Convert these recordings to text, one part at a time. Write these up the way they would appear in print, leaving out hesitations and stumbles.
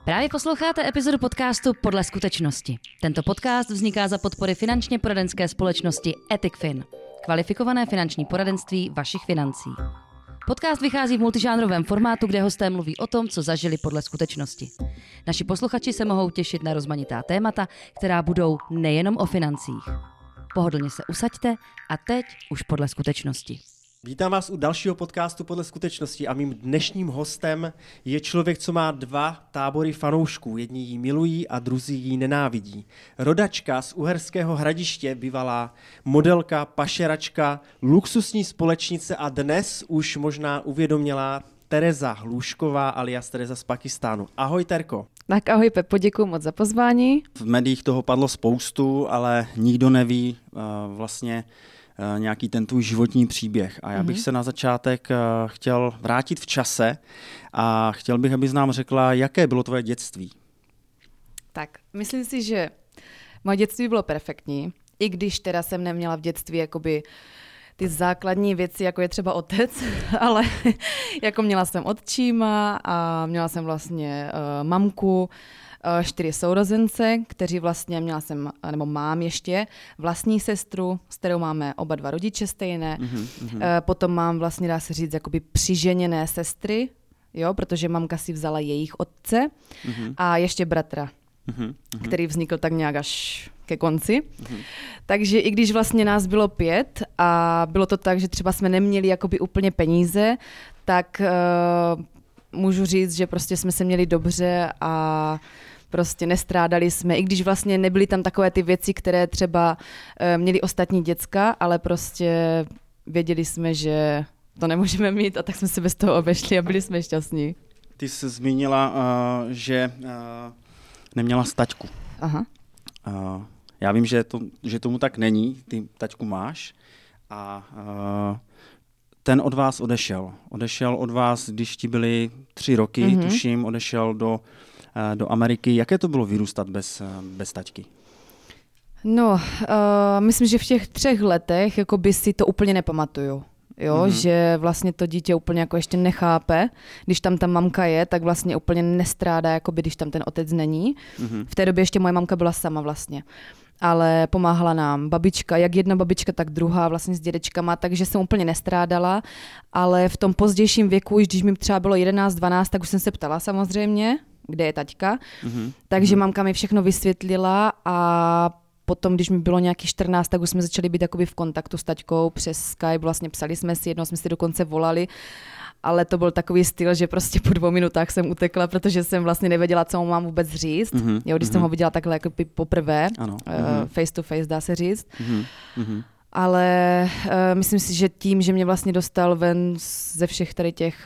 Právě posloucháte epizodu podcastu Podle skutečnosti. Tento podcast vzniká za podpory finančně poradenské společnosti EthicFin. Kvalifikované finanční poradenství vašich financí. Podcast vychází v multižánrovém formátu, kde hosté mluví o tom, co zažili podle skutečnosti. Naši posluchači se mohou těšit na rozmanitá témata, která budou nejenom o financích. Pohodlně se usaďte a teď už podle skutečnosti. Vítám vás u dalšího podcastu Podle skutečnosti a mým dnešním hostem je člověk, co má dva tábory fanoušků. Jedni ji milují a druzí ji nenávidí. Rodačka z Uherského Hradiště, bývalá modelka, pašeračka, luxusní společnice a dnes už možná uvědomělá Tereza Hlušková alias Tereza z Pakistánu. Ahoj Terko. Tak ahoj Pepo, děkuji moc za pozvání. V médiích toho padlo spoustu, ale nikdo neví vlastně nějaký ten tvůj životní příběh. A já bych se na začátek chtěl vrátit v čase a chtěl bych, abys nám řekla, jaké bylo tvoje dětství. Tak, myslím si, že moje dětství bylo perfektní, i když teda jsem neměla v dětství jakoby ty základní věci, jako je třeba otec, ale jako měla jsem otčíma a měla jsem vlastně mamku, 4 sourozence, kteří vlastně mám ještě vlastní sestru, s kterou máme oba dva rodiče stejné. Potom mám vlastně, dá se říct, jakoby přiženěné sestry, jo, protože mamka si vzala jejich otce a ještě bratra, který vznikl tak nějak až ke konci. Takže i když vlastně nás bylo 5 a bylo to tak, že třeba jsme neměli jakoby úplně peníze, tak můžu říct, že prostě jsme se měli dobře a prostě nestrádali jsme, i když vlastně nebyly tam takové ty věci, které třeba měli ostatní děcka, ale prostě věděli jsme, že to nemůžeme mít a tak jsme se bez toho obešli a byli jsme šťastní. Ty jsi zmínila, že neměla taťku. Aha. Já vím, že tomu tak není, ty taťku máš a ten od vás odešel. Odešel od vás, když ti byly 3 roky, tuším, odešel do Ameriky. Jaké to bylo vyrůstat bez taťky? No, myslím, že v těch 3 letech jakoby si to úplně nepamatuju. Jo, že vlastně to dítě úplně jako ještě nechápe, když tam ta mamka je, tak vlastně úplně nestrádá, jakoby když tam ten otec není. V té době ještě moje mamka byla sama vlastně. Ale pomáhala nám babička, jak jedna babička, tak druhá vlastně s dědečkama, takže jsem úplně nestrádala, ale v tom pozdějším věku, už když mi třeba bylo 11, 12, tak už jsem se ptala samozřejmě, kde je taťka, takže mamka mi všechno vysvětlila a potom, když mi bylo nějakých 14, tak už jsme začali být jakoby v kontaktu s taťkou přes Skype, vlastně psali jsme si, jednou jsme si dokonce volali, ale to byl takový styl, že prostě po 2 minutách jsem utekla, protože jsem vlastně nevěděla, co mu mám vůbec říct. Jo, když jsem ho viděla takhle jako poprvé, face to face dá se říct. Ale myslím si, že tím, že mě vlastně dostal ven ze všech tady těch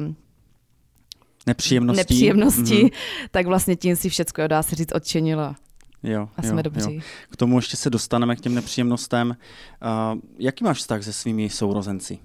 nepříjemností, tak vlastně tím si všecko, dá se říct, odčinila. Jo, a jsme dobří. Jo. K tomu ještě se dostaneme, k těm nepříjemnostem. Jaký máš vztah se svými sourozenci?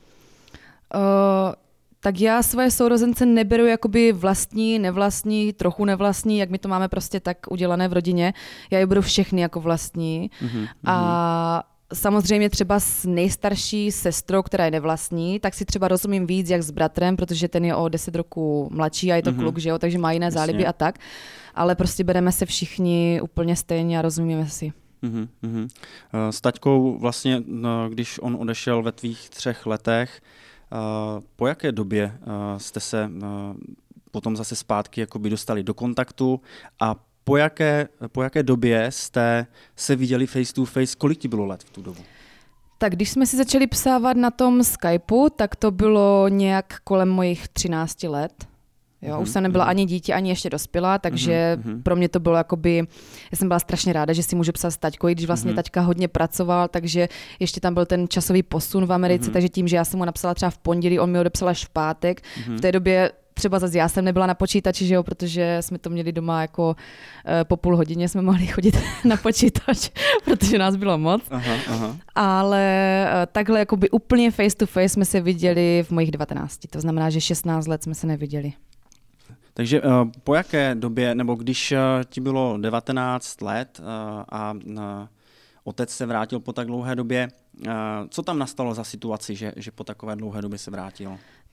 Tak já svoje sourozence neberu jakoby vlastní, nevlastní, trochu nevlastní, jak my to máme prostě tak udělané v rodině. Já je beru všechny jako vlastní. A samozřejmě třeba s nejstarší sestrou, která je nevlastní, tak si třeba rozumím víc jak s bratrem, protože ten je o 10 roků mladší a je to kluk, že jo, takže má jiné záliby a tak. Ale prostě bereme se všichni úplně stejně a rozumíme si. S taťkou vlastně, když on odešel ve tvých 3 letech, po jaké době jste se potom zase zpátky jakoby dostali do kontaktu a po jaké době jste se viděli face to face, kolik ti bylo let v tu dobu? Tak když jsme si začali psávat na tom Skypeu, tak to bylo nějak kolem mojich 13 let. Jo, už jsem nebyla ani dítě, ani ještě dospělá, takže pro mě to bylo jakoby, já jsem byla strašně ráda, že si můžu psát s taťkou, i když vlastně taťka hodně pracoval, takže ještě tam byl ten časový posun v Americe, takže tím, že já jsem mu napsala třeba v pondělí, on mi odepsal až v pátek, v té době třeba zase já jsem nebyla na počítači, že jo, protože jsme to měli doma jako po půl hodině jsme mohli chodit na počítač, protože nás bylo moc. Ale takhle jakoby úplně face to face jsme se viděli v mojich 19, to znamená, že 16 let jsme se neviděli. Takže po jaké době, nebo když ti bylo 19 let a otec se vrátil po tak dlouhé době, co tam nastalo za situaci, že po takové dlouhé době se vrátil?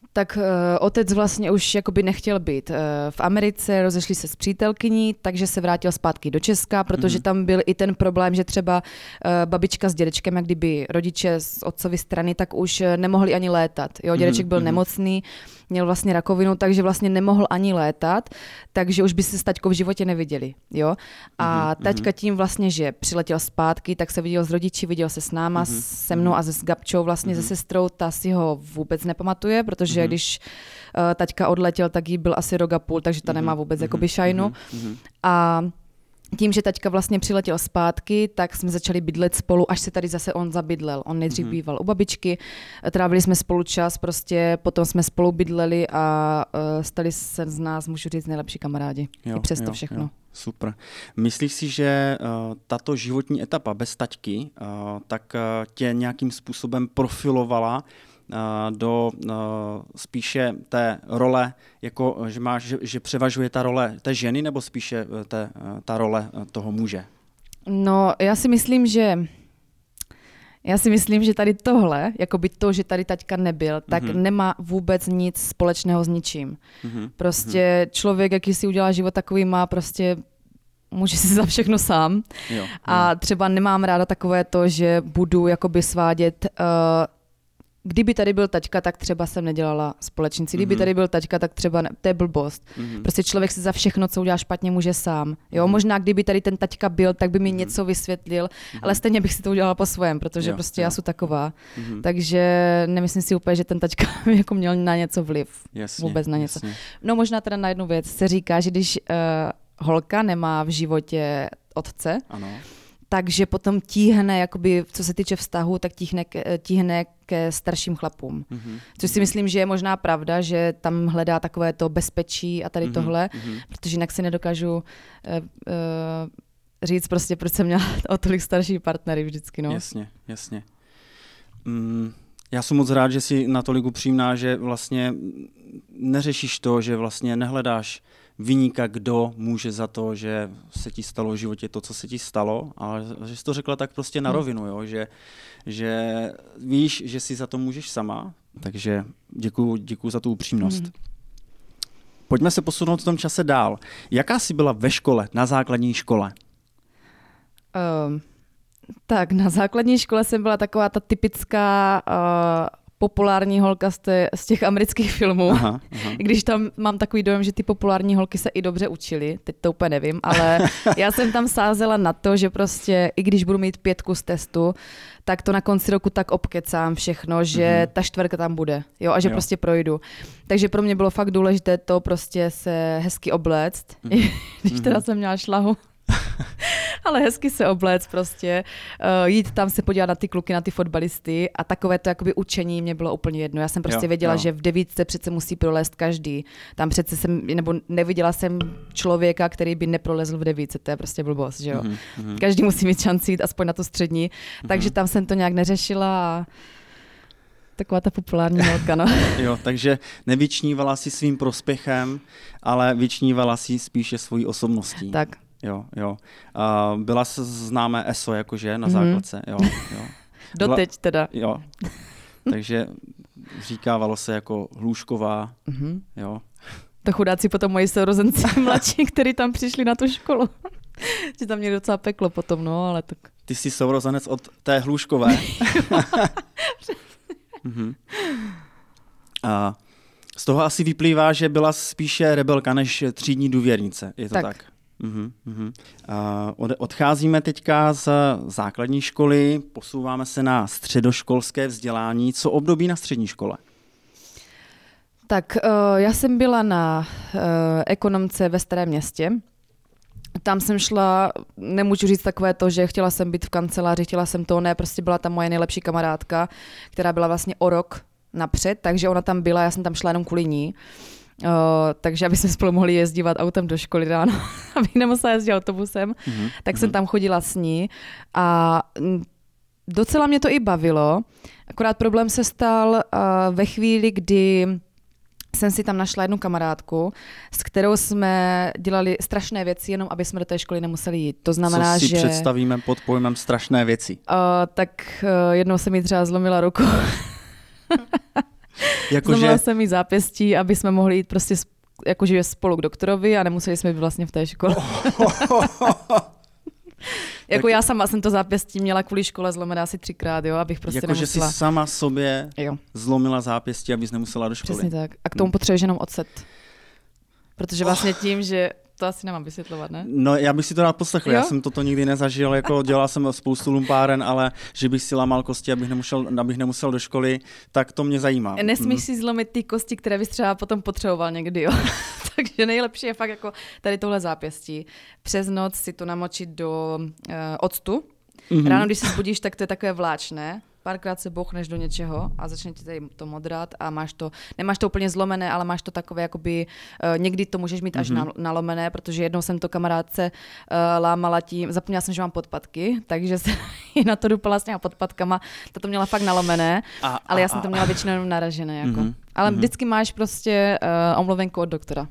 Tak otec vlastně už jakoby nechtěl být v Americe, rozešli se s přítelkyní, takže se vrátil zpátky do Česka, protože tam byl i ten problém, že třeba babička s dědečkem, jak kdyby rodiče z otcovy strany, tak už nemohli ani létat. Jo, dědeček byl nemocný, měl vlastně rakovinu, takže vlastně nemohl ani létat, takže už by se s taťkou v životě neviděli. Jo? A taťka tím vlastně, že přiletěl zpátky, tak se viděl s rodiči, viděl se s náma, se mnou a s Gabčou, vlastně se sestrou, ta si ho vůbec nepamatuje, protože když taťka odletěl, tak jí byl asi rok a půl, takže ta nemá vůbec jakoby šajnu. A tím, že taťka vlastně přiletěl zpátky, tak jsme začali bydlet spolu, až se tady zase on zabydlel. On nejdřív býval u babičky, trávili jsme spolu čas, prostě potom jsme spolu bydleli a stali se z nás, můžu říct, nejlepší kamarádi. I přes to všechno. Jo. Super. Myslíš si, že tato životní etapa bez taťky tak tě nějakým způsobem profilovala do spíše té role, jako že převažuje ta role té ženy, nebo spíše ta role toho muže? No, já si myslím, že tady tohle, jakoby to, že tady taťka nebyl, tak nemá vůbec nic společného s ničím. Prostě člověk, jaký si udělá život, takový má prostě může si za všechno sám. Jo. A třeba nemám ráda takové to, že budu jakoby svádět kdyby tady byl taťka, tak třeba jsem nedělala společnici. Kdyby tady byl taťka, tak třeba to je blbost. Prostě člověk si za všechno, co udělá špatně, může sám. Jo, možná kdyby tady ten taťka byl, tak by mi něco vysvětlil, ale stejně bych si to udělala po svém, protože prostě já jsem taková. Takže nemyslím si úplně, že ten taťka jako měl na něco vliv. Vůbec na něco. No možná teda na jednu věc se říká, že když holka nemá v životě otce, takže potom tíhne, jakoby, co se týče vztahu, tak tíhne ke starším chlapům. Což si myslím, že je možná pravda, že tam hledá takové to bezpečí a tady tohle, protože jinak si nedokážu říct prostě, proč jsem měla o tolik starší partnery vždycky. No. Jasně. Já jsem moc rád, že jsi natolik upřímná, že vlastně neřešíš to, že vlastně nehledáš viníka, kdo může za to, že se ti stalo v životě to, co se ti stalo, ale že jsi to řekla tak prostě na rovinu, jo? Že víš, že si za to můžeš sama, takže děkuju za tu upřímnost. Pojďme se posunout v tom čase dál. Jaká jsi byla ve škole, na základní škole? Tak na základní škole jsem byla taková ta typická populární holka z těch amerických filmů. Aha. Když tam mám takový dojem, že ty populární holky se i dobře učily, teď to úplně nevím, ale já jsem tam sázela na to, že prostě i když budu mít 5 z testu, tak to na konci roku tak obkecám všechno, že ta 4 tam bude, jo, a že prostě projdu. Takže pro mě bylo fakt důležité to prostě se hezky obléct, když teda jsem měla šlahu. Ale hezky se obléct prostě, jít tam se podívat na ty kluky, na ty fotbalisty a takové to jakoby učení mě bylo úplně jedno. Já jsem prostě věděla, že v 9 přece musí prolézt každý. Tam přece neviděla jsem člověka, který by neprolezl v 9, to je prostě blbost, že jo. Každý musí mít šanci jít aspoň na to střední, takže tam jsem to nějak neřešila a taková ta populární holka, no. Jo, takže nevyčnívala si svým prospěchem, ale vyčnívala si spíše svojí osobností. Tak. Jo. Byla známé ESO, jakože, na základce, jo. Doteď teda. Jo. Takže říkávalo se jako Hlušková, jo. To chudáci potom moji sourozenci mladší, kteří tam přišli na tu školu. Že tam mě docela peklo potom, no, ale tak. Ty jsi sourozenec od té Hluškové. A z toho asi vyplývá, že byla spíše rebelka než třídní důvěrnice, je to tak? Odcházíme teďka z základní školy, posouváme se na středoškolské vzdělání. Co období na střední škole? Tak já jsem byla na ekonomce ve Starém Městě. Tam jsem šla, nemůžu říct takové to, že chtěla jsem být v kanceláři, chtěla jsem to, ne, prostě byla tam moje nejlepší kamarádka, která byla vlastně o rok napřed, takže ona tam byla, já jsem tam šla jenom kvůli ní. Takže aby jsme spolu mohli jezdívat autem do školy ráno, aby nemusela jezdit autobusem, tak jsem tam chodila s ní a docela mě to i bavilo, akorát problém se stal ve chvíli, kdy jsem si tam našla jednu kamarádku, s kterou jsme dělali strašné věci, jenom aby jsme do té školy nemuseli jít. To znamená, co si představíme pod pojmem strašné věci? Tak jednou jsem jí třeba zlomila ruku. Zlomila jsem jí zápěstí, aby jsme mohli jít prostě jakože spolu k doktorovi a nemuseli jsme být vlastně v té škole. Jako já sama jsem to zápěstí měla kvůli škole zlomené asi 3krát, jo, abych prostě nemusela. Že jsi sama sobě zlomila zápěstí, abys nemusela do školy. Přesně tak. A k tomu potřebuješ jenom ocet. Protože vlastně tím, že to asi nemám vysvětlovat, ne? No, já bych si to rád poslechl. Já jsem toto nikdy nezažil, jako dělal jsem spoustu lumpáren, ale že bych si lámal kosti, abych nemusel do školy, tak to mě zajímá. Nesmíš si zlomit ty kosti, které bys třeba potom potřeboval někdy, jo. Takže nejlepší je fakt jako tady tohle zápěstí. Přes noc si to namočit do octu. Ráno, když se zbudíš, tak to je takové vláčné. Párkrát se bouchneš do něčeho a začne ti tady to modrat a nemáš to úplně zlomené, ale máš to takové, jakoby, někdy to můžeš mít až nalomené, protože jednou jsem to kamarádce lámala tím, zapomněla jsem, že mám podpatky, takže se na to dupala s těma podpatkama, to měla fakt nalomené, ale já jsem to měla většinou jenom naražené. Jako. Ale vždycky máš prostě omluvenku od doktora.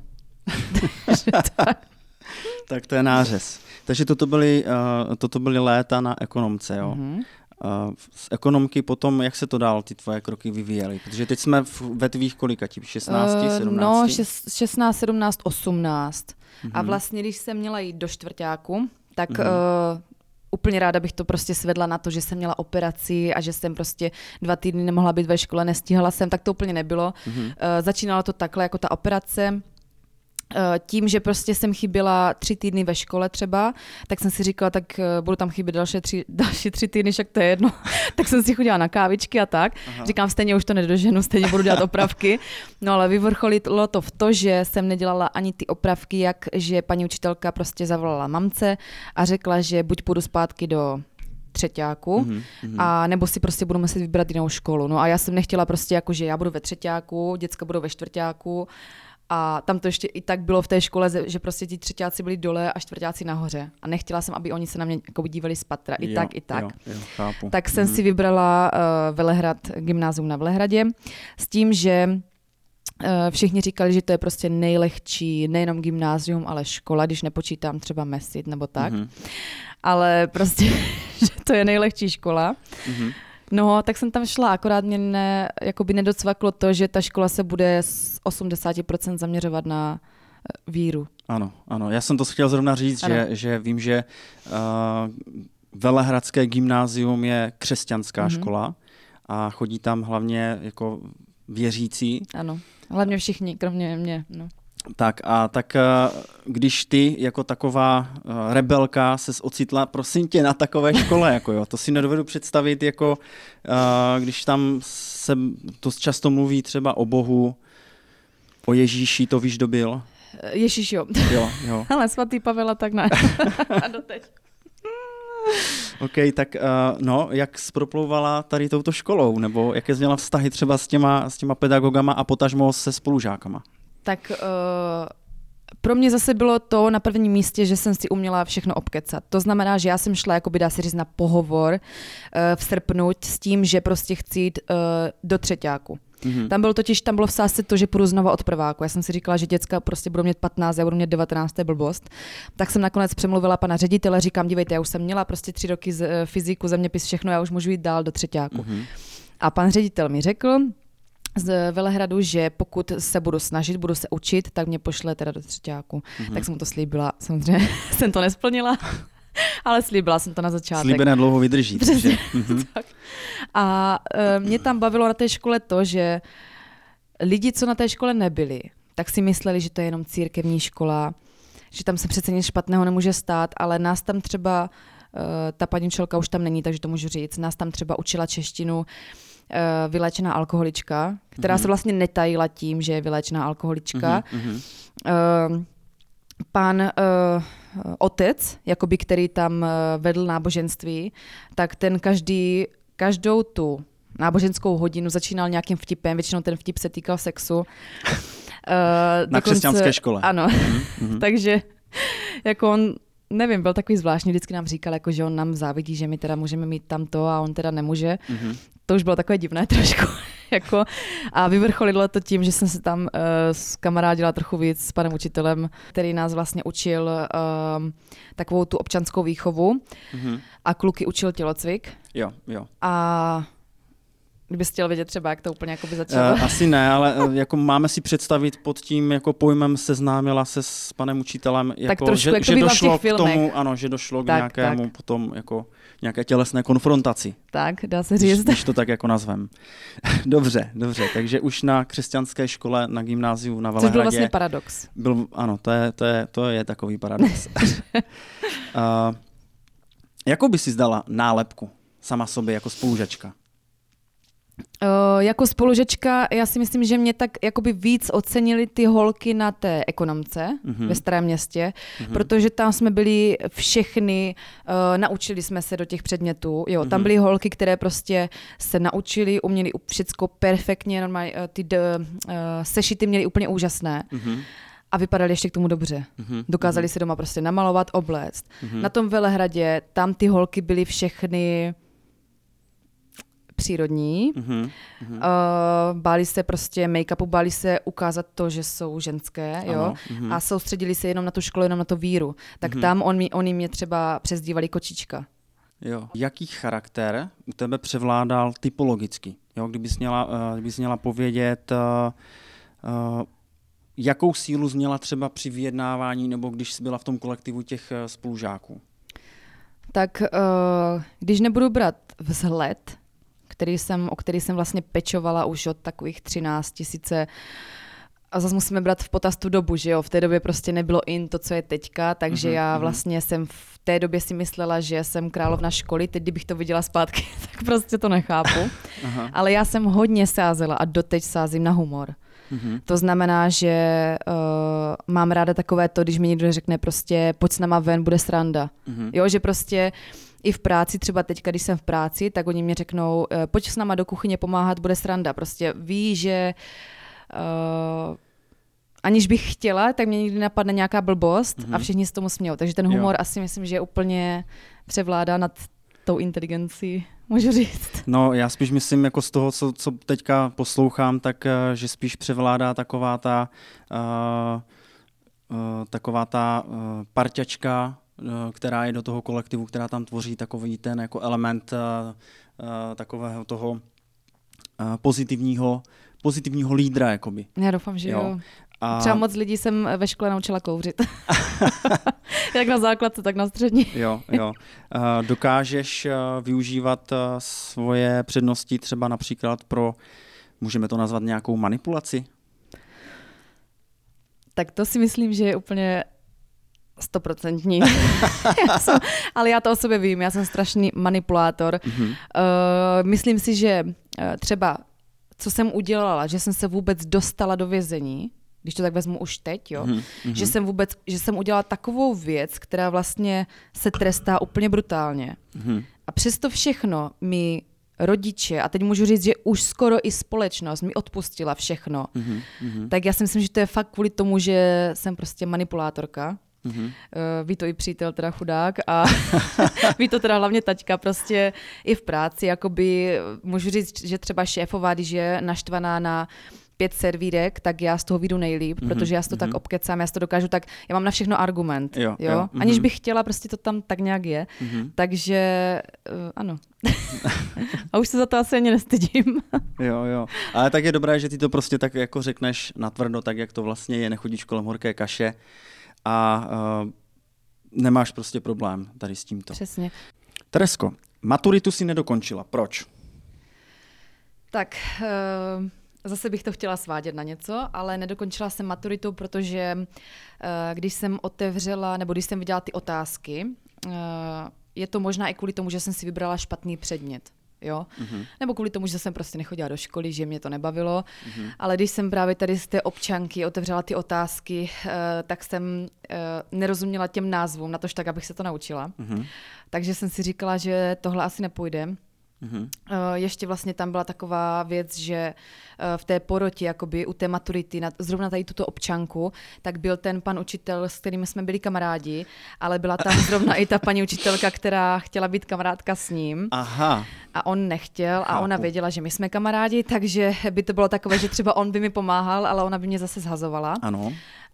Tak to je nářez. Takže toto byly léta na ekonomce, jo? Z ekonomky potom, jak se to dál ty tvoje kroky vyvíjely? Protože teď jsme ve tvých kolika, 16, 17? No, 16, 17, 18. A vlastně, když jsem měla jít do čtvrťáku, tak úplně ráda bych to prostě svedla na to, že jsem měla operaci a že jsem prostě 2 týdny nemohla být ve škole, nestíhala jsem, tak to úplně nebylo. Začínalo to takhle, jako ta operace. Tím, že prostě jsem chyběla 3 týdny ve škole třeba, tak jsem si říkala, tak budu tam chybět další 3 týdny, však to je jedno. Tak jsem si chodila na kávičky a tak. Říkám, stejně už to nedoženu, stejně budu dělat opravky. No ale vyvrcholilo to v to, že jsem nedělala ani ty opravky, že paní učitelka prostě zavolala mamce a řekla, že buď půjdu zpátky do třeťáku, a nebo si prostě budu muset vybrat jinou školu. No a já jsem nechtěla prostě jako, že já budu ve třeťáku, děcka budou ve čtvrťáku. A tam to ještě i tak bylo v té škole, že prostě ti třeťáci byli dole a čtvrťáci nahoře. A nechtěla jsem, aby oni se na mě jako dívali z patra. I tak. Jo, chápu. Tak jsem si vybrala Velehrad, gymnázium na Velehradě, s tím, že všichni říkali, že to je prostě nejlehčí, nejenom gymnázium, ale škola, když nepočítám třeba mesit nebo tak. Ale prostě, že to je nejlehčí škola. No, tak jsem tam šla, akorát mě nedocvaklo to, že ta škola se bude z 80% zaměřovat na víru. Ano, já jsem to chtěl zrovna říct, že vím, že Velehradské gymnázium je křesťanská škola a chodí tam hlavně jako věřící. Ano, hlavně všichni, kromě mě. No. Tak když ty jako taková rebelka ses ocitla, prosím tě, na takové škole, jako jo, to si nedovedu představit, jako když tam se to často mluví třeba o Bohu, o Ježíši, to víš, kdo byl? Ježíš, jo. Jo. Ale svatý Pavel a tak ne. A doteď. OK, tak jak zproplouvala tady touto školou, nebo jaké jsi měla vztahy třeba s těma pedagogama a potažmo se spolužákama? Tak pro mě zase bylo to na prvním místě, že jsem si uměla všechno obkecat. To znamená, že já jsem šla, jakoby dá se říct, na pohovor v srpnu s tím, že prostě chci jít do třeťáku. Tam bylo v sázce to, že půjdu znova od prváku. Já jsem si říkala, že děcka prostě budou mít 15, já budu mít 19, to je blbost. Tak jsem nakonec přemluvila pana ředitele, říkám, dívejte, já už jsem měla prostě 3 roky z fyziku, zeměpis, všechno, já už můžu jít dál do třeťáku. A pan ředitel mi řekl z Velehradu, že pokud se budu snažit, budu se učit, tak mě pošle teda do třeťáku. Tak jsem mu to slíbila. Samozřejmě jsem to nesplnila, ale slíbila jsem to na začátek. Slíbené dlouho vydrží. Přesně. Tak. A mě tam bavilo na té škole to, že lidi, co na té škole nebyli, tak si mysleli, že to je jenom církevní škola, že tam se přece nic špatného nemůže stát, ale nás tam třeba, ta paní učitelka už tam není, takže to můžu říct, nás tam třeba učila češtinu vyléčená alkoholička, která se vlastně netajila tím, že je vyléčená alkoholička. Pan otec, jakoby, který tam vedl náboženství, tak ten každou tu náboženskou hodinu začínal nějakým vtipem, většinou ten vtip se týkal sexu. Na křesťanské škole. Ano, takže jako on, nevím, byl takový zvláštní, vždycky nám říkal, jako, že on nám závidí, že my teda můžeme mít tamto a on teda nemůže. To už bylo takové divné trošku. Jako, a vyvrcholilo to tím, že jsem se tam skamarádila trochu víc s panem učitelem, který nás vlastně učil takovou tu občanskou výchovu a kluky učil tělocvik. Jo. A Kdybys chtěl vědět třeba, jak to úplně jakoby začalo. Asi ne, ale jako máme si představit pod tím jako pojmem seznámila se s panem učitelem, jako, tak trošku, jak to že bývá v došlo těch k filmech. tomu, ano, že došlo k Tak, nějakému tak. potom jako nějaké tělesné konfrontaci. Tak, dá se říct. Když to tak jako nazvem. Dobře, takže už na křesťanské škole, na gymnáziu na Velehradě. Což byl vlastně paradox. Ano, to je takový paradox. Jakou by si zdala nálepku sama sobě jako spolužačka? Jako spolužečka, já si myslím, že mě tak jakoby víc ocenili ty holky na té ekonomce ve Starém Městě, protože tam jsme byli všechny, naučili jsme se do těch předmětů. Jo, tam byly holky, které prostě se naučili, uměli všecko perfektně, normálně ty sešity měly úplně úžasné. A vypadaly ještě k tomu dobře. Dokázali si doma prostě namalovat, obléct. Na tom Velehradě, tam ty holky byly všechny přírodní. Báli se prostě make-upu, báli se ukázat to, že jsou ženské, jo? A soustředili se jenom na tu školu, jenom na to víru. Tak tam oni mě třeba přezdívali kočička. Jo. Jaký charakter u tebe převládal typologicky? Jo? Kdybys měla povědět, jakou sílu zněla třeba při vyjednávání nebo když jsi byla v tom kolektivu těch spolužáků? Tak když nebudu brát vzhled, o který jsem vlastně pečovala už od takových 13 000. A zase musíme brát v potaz tu dobu, že jo, v té době prostě nebylo in to, co je teďka, takže já vlastně jsem v té době si myslela, že jsem královna školy, teď kdybych to viděla zpátky, tak prostě to nechápu. Ale já jsem hodně sázela a doteď sázím na humor. To znamená, že mám ráda takové to, když mi někdo řekne prostě pojď s náma ven, bude sranda. Jo, že prostě i v práci, třeba teďka, když jsem v práci, tak oni mi řeknou, pojď s náma do kuchyně pomáhat, bude sranda. Prostě ví, že aniž bych chtěla, tak mě někdy napadne nějaká blbost a všichni se tomu smějou. Takže ten humor asi myslím, že úplně převládá nad tou inteligencí, můžu říct. No, já spíš myslím jako z toho, co teďka poslouchám, tak že spíš převládá taková ta parťačka, která je do toho kolektivu, která tam tvoří takový ten jako element takového toho pozitivního lídra, jakoby. Já doufám, že jo. A... Třeba moc lidí jsem ve škole naučila kouřit. Jak na základce, tak na střední. Jo. Dokážeš využívat svoje přednosti třeba například pro, můžeme to nazvat nějakou manipulaci? Tak to si myslím, že je úplně 100%. Ale já to o sobě vím, já jsem strašný manipulátor. Myslím si, že třeba co jsem udělala, že jsem se vůbec dostala do vězení, když to tak vezmu už teď, jo, že jsem udělala takovou věc, která vlastně se trestá úplně brutálně. A přesto všechno mi rodiče, a teď můžu říct, že už skoro i společnost mi odpustila všechno, tak já si myslím, že to je fakt kvůli tomu, že jsem prostě manipulátorka. Ví to i přítel, teda chudák, a ví to teda hlavně taťka, prostě i v práci, jakoby můžu říct, že třeba šéfová, když je naštvaná na 5 servírek, tak já z toho vyjdu nejlíp, protože já si to tak obkecám, já si to dokážu, tak já mám na všechno argument, jo? Aniž bych chtěla, prostě to tam tak nějak je, takže ano. A už se za to asi ani nestydím. Jo, ale tak je dobré, že ty to prostě tak jako řekneš natvrdo, tak jak to vlastně je, nechodíš kolem horké kaše a nemáš prostě problém tady s tímto. Přesně. Teresko, maturitu si nedokončila, proč? Tak... Zase bych to chtěla svádět na něco, ale nedokončila jsem maturitu, protože když jsem otevřela, nebo když jsem viděla ty otázky, je to možná i kvůli tomu, že jsem si vybrala špatný předmět. Jo? Nebo kvůli tomu, že jsem prostě nechodila do školy, že mě to nebavilo. Ale když jsem právě tady z té občanky otevřela ty otázky, tak jsem nerozuměla těm názvům, natož tak, abych se to naučila. Takže jsem si říkala, že tohle asi nepůjde. Ještě vlastně tam byla taková věc, že v té porotě, jakoby u té maturity, zrovna tady tuto občanku, tak byl ten pan učitel, s kterým jsme byli kamarádi, ale byla tam zrovna i ta paní učitelka, která chtěla být kamarádka s ním. Aha. A on nechtěl a ona věděla, že my jsme kamarádi, takže by to bylo takové, že třeba on by mi pomáhal, ale ona by mě zase zhazovala. Ano.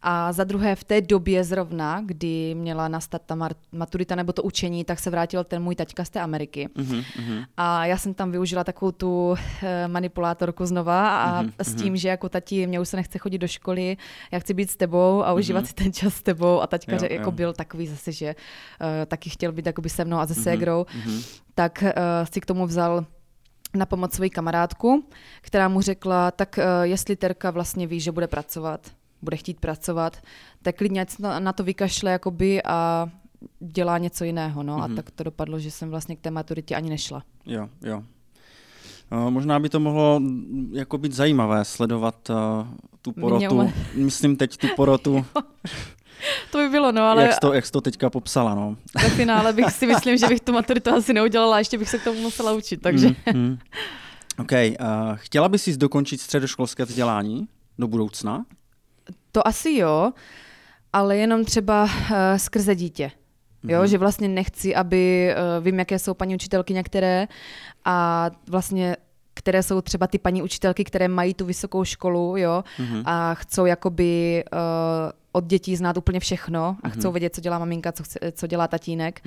A za druhé v té době zrovna, kdy měla nastat ta maturita nebo to učení, tak se vrátil ten můj taťka z té Ameriky. A já jsem tam využila takovou tu manipulátorku znova a s tím, že jako tati, mě už se nechce chodit do školy, já chci být s tebou a užívat si ten čas s tebou. A taťka jako byl takový zase, že taky chtěl být jakoby se mnou a se ségrou. Tak si k tomu vzal na pomoc svoji kamarádku, která mu řekla, tak jestli Terka vlastně ví, že bude chtít pracovat, tak klidně na to vykašle jakoby a dělá něco jiného. No? A tak to dopadlo, že jsem vlastně k té maturitě ani nešla. Jo. Možná by to mohlo jako být zajímavé sledovat tu porotu. Myslím teď tu porotu. To by bylo, no, ale... Jak jsi to teďka popsala, no. Ve finále bych si myslím, že bych tu maturitu asi neudělala, ještě bych se k tomu musela učit, takže... OK. Chtěla bys si dokončit středoškolské vzdělání do budoucna? To asi jo, ale jenom třeba skrze dítě. Jo, že vlastně nechci, aby, vím, jaké jsou paní učitelky některé a vlastně které jsou třeba ty paní učitelky, které mají tu vysokou školu, jo, a chcou jakoby od dětí znát úplně všechno a chcou vědět, co dělá maminka, co dělá tatínek.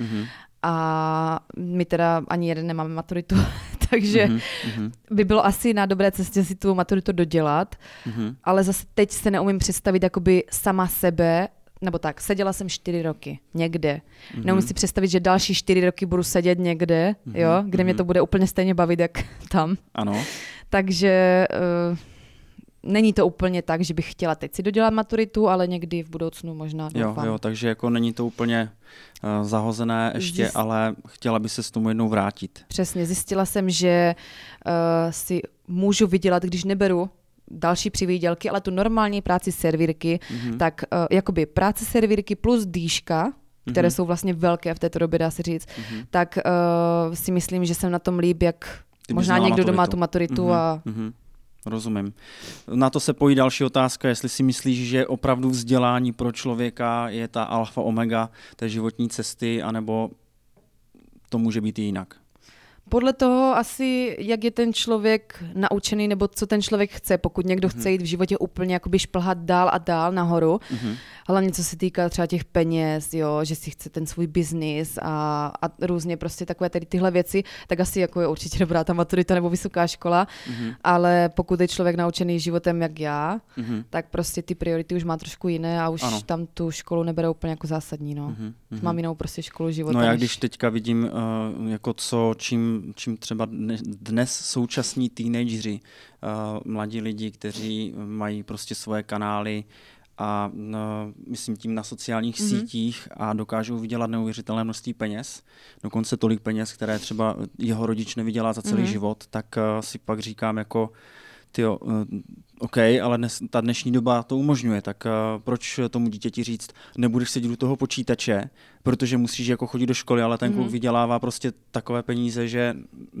A my teda ani jeden nemáme maturitu, takže by bylo asi na dobré cestě si tu maturitu dodělat, ale zase teď se neumím představit jakoby sama sebe, nebo tak, seděla jsem 4 roky někde. Neumím si představit, že další 4 roky budu sedět někde, jo, kde mě to bude úplně stejně bavit, jak tam. Ano. Takže není to úplně tak, že bych chtěla teď si dodělat maturitu, ale někdy v budoucnu možná doufám. Jo, takže jako není to úplně zahozené ještě, ale chtěla by se s tomu jednou vrátit. Přesně, zjistila jsem, že si můžu vydělat, když neberu další přivýdělky, ale tu normální práci servírky, tak jakoby práce servírky plus dýška, které jsou vlastně velké v této době, dá se říct, tak si myslím, že jsem na tom líp, jak možná někdo, kdo má tu maturitu. Rozumím. Na to se pojí další otázka, jestli si myslíš, že opravdu vzdělání pro člověka je ta alfa omega té životní cesty, anebo to může být i jinak. Podle toho asi, jak je ten člověk naučený, nebo co ten člověk chce. Pokud někdo chce jít v životě úplně jakoby šplhat dál a dál nahoru, hlavně co se týká třeba těch peněz, jo, že si chce ten svůj biznis a různě prostě takové tady tyhle věci, tak asi jako je určitě dobrá ta maturita nebo vysoká škola, ale pokud je člověk naučený životem jak já, tak prostě ty priority už má trošku jiné a už tam tu školu nebere úplně jako zásadní, no. Mám jinou prostě školu života. No já když teďka vidím jako čím třeba dnes současní teenageři, mladí lidi, kteří mají prostě svoje kanály a myslím tím na sociálních sítích a dokážou vydělat neuvěřitelné množství peněz, dokonce tolik peněz, které třeba jeho rodič nevydělá za celý život, tak si pak říkám jako tyjo, OK, ale ta dnešní doba to umožňuje, tak proč tomu dítěti říct, nebudeš sedět u toho počítače, protože musíš jako chodit do školy, ale ten kluk vydělává prostě takové peníze, že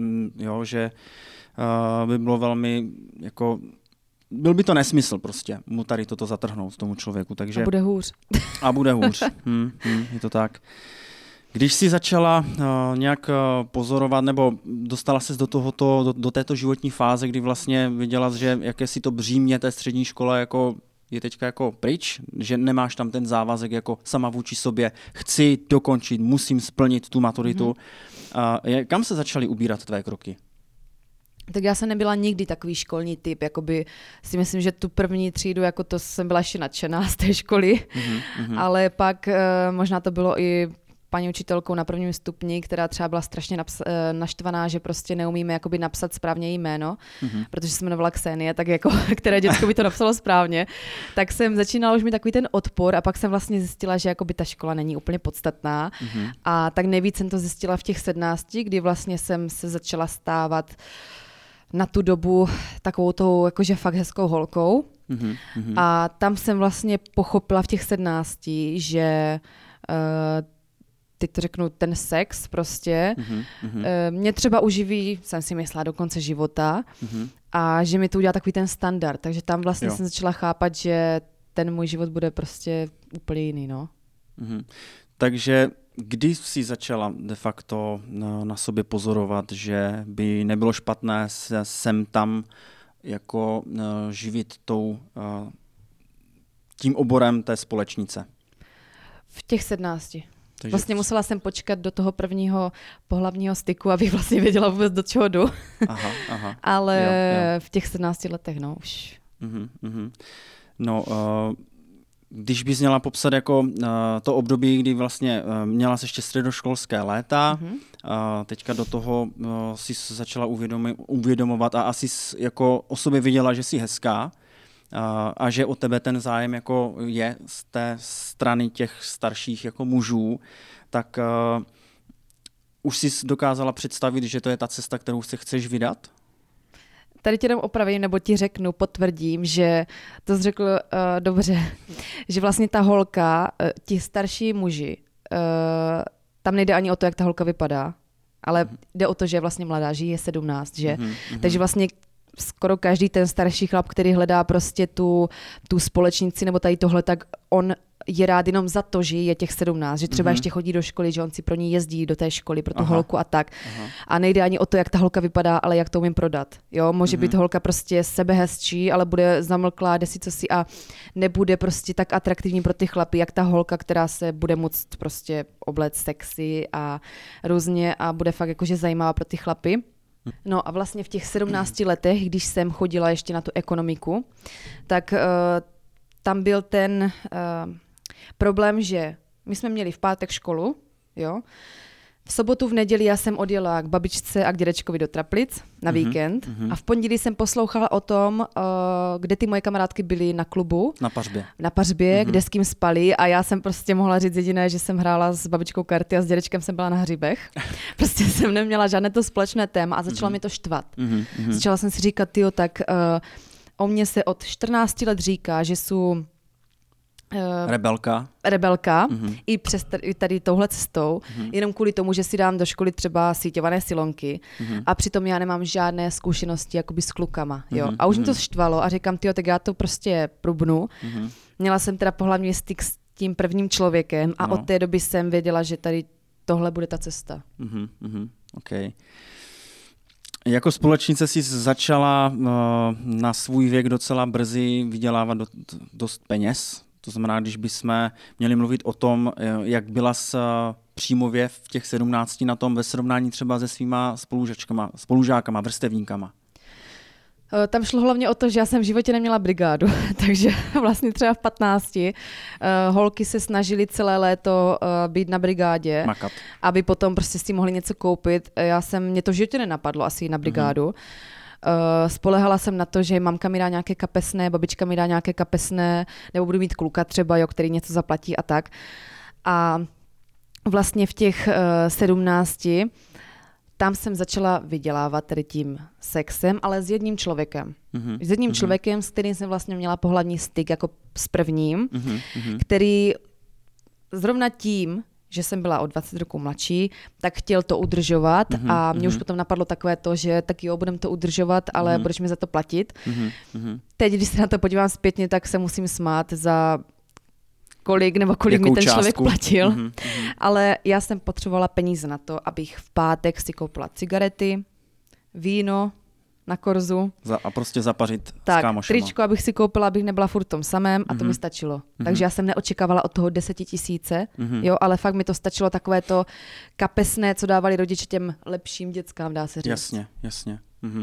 by bylo velmi jako byl by to nesmysl prostě mu tady toto zatrhnout tomu člověku, takže A bude hůř. Je to tak. Když jsi začala nějak pozorovat, nebo dostala ses do této životní fáze, kdy vlastně viděla, že jakési to břímě té střední škole jako je teďka jako pryč, že nemáš tam ten závazek jako sama vůči sobě, chci dokončit, musím splnit tu maturitu. Kam se začaly ubírat tvé kroky? Tak já jsem nebyla nikdy takový školní typ, jakoby si myslím, že tu první třídu, jako to jsem byla ještě nadšená z té školy, ale pak možná to bylo i paní učitelkou na prvním stupni, která třeba byla strašně naštvaná, že prostě neumíme jakoby napsat správně jméno, protože se jmenovala Ksenie, tak jako, které děcko by to napsalo správně, tak jsem začínala už mít takový ten odpor a pak jsem vlastně zjistila, že jakoby ta škola není úplně podstatná a tak nejvíc jsem to zjistila v těch 17, kdy vlastně jsem se začala stávat na tu dobu takovou tou jakože fakt hezkou holkou a tam jsem vlastně pochopila v těch 17, že teď to řeknu, ten sex prostě, mě třeba uživí, jsem si myslela, do konce života a že mi to udělá takový ten standard, takže tam vlastně jsem začala chápat, že ten můj život bude prostě úplně jiný, no. Takže kdy jsi začala de facto na sobě pozorovat, že by nebylo špatné sem tam jako živit tím oborem té společnice? V těch 17. Takže Vlastně musela jsem počkat do toho prvního pohlavního styku, abych vlastně věděla vůbec, do čeho jdu. Aha. Ale Jo. v těch 17 letech, no už. No, když bys měla popsat jako to období, kdy vlastně měla ještě středoškolské léta, teďka do toho si začala uvědomovat a asi jako o sobě viděla, že jsi hezká a že o tebe ten zájem jako je z té strany těch starších jako mužů, tak už jsi dokázala představit, že to je ta cesta, kterou se chceš vydat? Tady tě jenom opravím, nebo ti řeknu, potvrdím, že to jsi řekl dobře, že vlastně ta holka, ti starší muži, tam nejde ani o to, jak ta holka vypadá, ale jde o to, že je vlastně mladá, že je 17, že? Takže vlastně skoro každý ten starší chlap, který hledá prostě tu společnici nebo tady tohle, tak on je rád jenom za to, že je těch 17, že třeba ještě chodí do školy, že on si pro ní jezdí do té školy, pro tu holku a tak. A nejde ani o to, jak ta holka vypadá, ale jak to umím prodat. Jo, může být holka prostě sebehezčí, ale bude zamlklá, jde si co si a nebude prostě tak atraktivní pro ty chlapy, jak ta holka, která se bude moct prostě obléct sexy a různě a bude fakt jakože zajímavá pro ty chlapy. No a vlastně v těch 17 letech, když jsem chodila ještě na tu ekonomiku, tak tam byl ten problém, že my jsme měli v pátek školu, jo. V sobotu, v neděli já jsem odjela k babičce a k dědečkovi do Traplic na víkend a v pondělí jsem poslouchala o tom, kde ty moje kamarádky byly na klubu. Na Pařbě, kde s kým spali a já jsem prostě mohla říct jediné, že jsem hrála s babičkou karty a s dědečkem jsem byla na hřibech. Prostě jsem neměla žádné to společné téma a začalo mi to štvat. Začala jsem si říkat, tyjo, tak o mně se od 14 let říká, že jsou rebelka i přes tady touhle cestou, jenom kvůli tomu, že si dám do školy třeba síťované silonky a přitom já nemám žádné zkušenosti jakoby s klukama. Jo? A už mi to štvalo a říkám, tyjo, tak já to prostě prubnu. Měla jsem teda pohlavní styk s tím prvním člověkem a od té doby jsem věděla, že tady tohle bude ta cesta. Okay. Jako společnice si začala na svůj věk docela brzy vydělávat dost peněz. To znamená, když bychom měli mluvit o tom, jak byla příjmově v těch 17 na tom ve srovnání třeba se svýma spolužákama, vrstevníkama. Tam šlo hlavně o to, že já jsem v životě neměla brigádu, takže vlastně třeba v 15 holky se snažily celé léto být na brigádě, makat, aby potom prostě si mohli něco koupit. Mě to v životě nenapadlo asi na brigádu. Spolehala jsem na to, že mamka mi dá nějaké kapesné, babička mi dá nějaké kapesné, nebo budu mít kluka třeba, jo, který něco zaplatí a tak. A vlastně v těch 17 tam jsem začala vydělávat tady tím sexem, ale s jedním člověkem. S jedním člověkem, s kterým jsem vlastně měla pohlavní styk jako s prvním, který zrovna tím, že jsem byla o 20 roků mladší, tak chtěl to udržovat a mě už potom napadlo takové to, že tak jo, budem to udržovat, ale budeš mi za to platit. Teď, když se na to podívám zpětně, tak se musím smát za kolik mi ten člověk platil. Ale já jsem potřebovala peníze na to, abych v pátek si koupila cigarety, víno na korzu. A prostě zapařit tak, s kámošema. tričko, abych si koupila, abych nebyla furt v tom samém a to mi stačilo. Takže já jsem neočekávala od toho 10 000, jo, ale fakt mi to stačilo takové to kapesné, co dávali rodiče těm lepším dětskám, dá se říct. Jasně.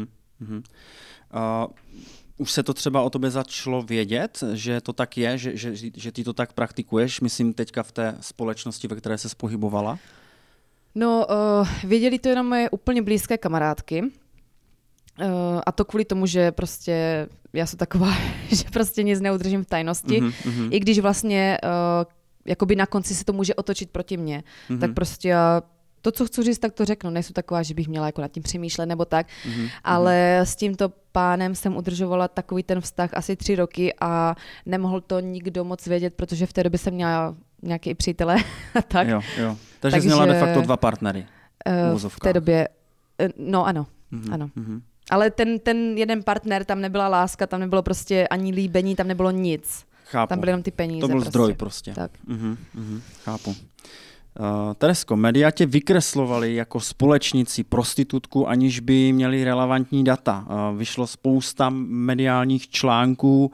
Už se to třeba o tobě začalo vědět, že to tak je, že ty to tak praktikuješ, myslím teďka v té společnosti, ve které se pohybovala? No, věděli to jenom moje úplně blízké kamarádky. A to kvůli tomu, že prostě já jsem taková, že prostě nic neudržím v tajnosti. I když vlastně jakoby na konci se to může otočit proti mně, tak prostě já to, co chci říct, tak to řeknu. Nejsou taková, že bych měla jako nad tím přemýšlet nebo tak, ale s tímto pánem jsem udržovala takový ten vztah asi 3 roky a nemohl to nikdo moc vědět, protože v té době jsem měla nějaké přítele. Tak. Jo. Takže jsi měla de facto 2 partnery. V té době, no ano. Ano. Ale ten jeden partner, tam nebyla láska, tam nebylo prostě ani líbení, tam nebylo nic. Chápu. Tam byly jenom ty peníze. To byl zdroj prostě. Tak. Chápu. Teresko, média tě vykreslovali jako společnici, prostitutku, aniž by měli relevantní data. Vyšlo spousta mediálních článků,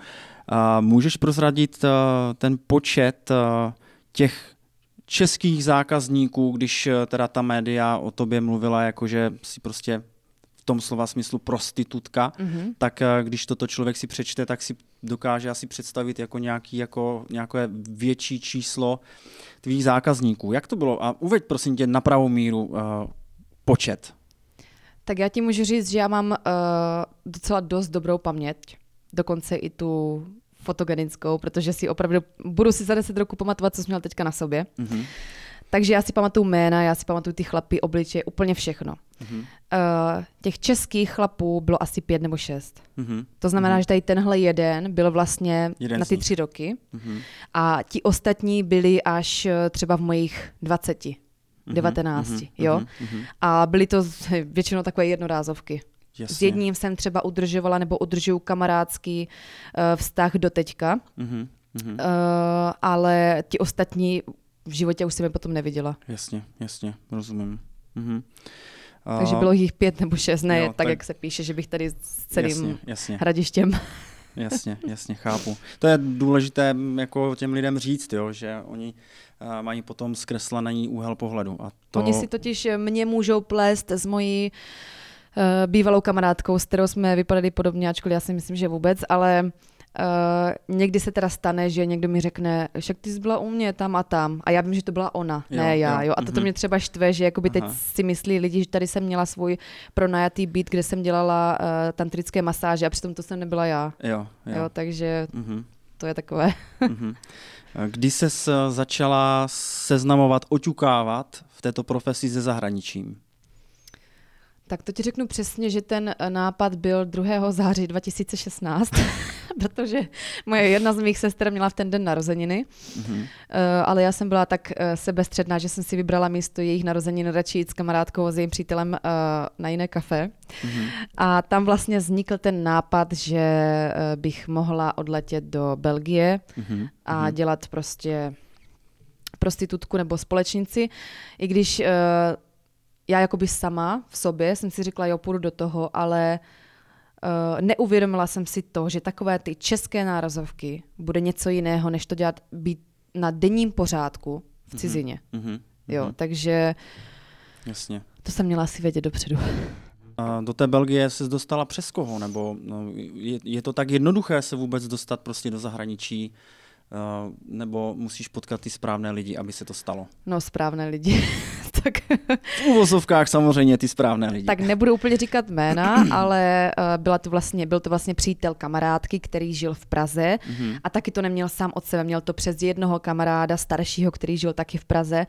Můžeš prozradit ten počet těch českých zákazníků, když teda ta média o tobě mluvila, jakože si prostě v tom slova smyslu prostitutka, tak když toto člověk si přečte, tak si dokáže asi představit jako nějaké větší číslo tvých zákazníků. Jak to bylo? A uveď prosím tě na pravou míru počet. Tak já ti můžu říct, že já mám docela dost dobrou paměť, dokonce i tu fotogenickou, protože si opravdu budu si za 10 roků pamatovat, co jsem měla teďka na sobě. Takže já si pamatuju jména, já si pamatuju ty chlapy, obličeje, úplně všechno. Těch českých chlapů bylo asi 5 nebo 6. To znamená, že tady tenhle jeden byl vlastně na ty 3 roky a ti ostatní byli až třeba v mojich 20. 19, jo. A byly to většinou takové jednorázovky. Jasně. S jedním jsem třeba udržovala nebo udržuju kamarádský vztah do teďka, ale ti ostatní v životě už jsem je potom neviděla. Jasně, rozumím. Takže bylo jich 5 nebo 6, ne jo, tak, jak se píše, že bych tady s celým jasně. Hradištěm. Jasně, chápu. To je důležité jako těm lidem říct, jo, že oni mají potom zkreslený úhel pohledu. A to... Oni si totiž mě můžou plést s mojí bývalou kamarádkou, s kterou jsme vypadali podobně, ačkoliv já si myslím, že vůbec, ale někdy se teda stane, že někdo mi řekne, však ty jsi byla u mě tam a tam. A já vím, že to byla ona, ne já. Jo. A to mě třeba štve, že jakoby teď si myslí lidi, že tady jsem měla svůj pronajatý byt, kde jsem dělala tantrické masáže a přitom to jsem nebyla já. Jo, takže to je takové. Kdy ses začala seznamovat, oťukávat v této profesi se zahraničím? Tak to ti řeknu přesně, že ten nápad byl 2. září 2016, protože moje jedna z mých sester měla v ten den narozeniny, ale já jsem byla tak sebestředná, že jsem si vybrala místo jejich narozenin radši jít s kamarádkou a s jejím přítelem na jiné kafe. A tam vlastně vznikl ten nápad, že bych mohla odletět do Belgie a dělat prostě prostitutku nebo společnici, i když já jakoby sama v sobě jsem si řekla, jo, půjdu do toho, ale neuvědomila jsem si to, že takové ty české nárazovky bude něco jiného, než to dělat být na denním pořádku v cizině. Jo, takže jasně. To jsem měla asi vědět dopředu. A do té Belgie ses dostala přes koho? Nebo je to tak jednoduché se vůbec dostat prostě do zahraničí? Nebo musíš potkat ty správné lidi, aby se to stalo? No, správné lidi. Tak... V uvozovkách samozřejmě ty správné lidi. Tak nebudu úplně říkat jména, ale byl to vlastně přítel kamarádky, který žil v Praze a taky to neměl sám od sebe, měl to přes jednoho kamaráda staršího, který žil taky v Praze,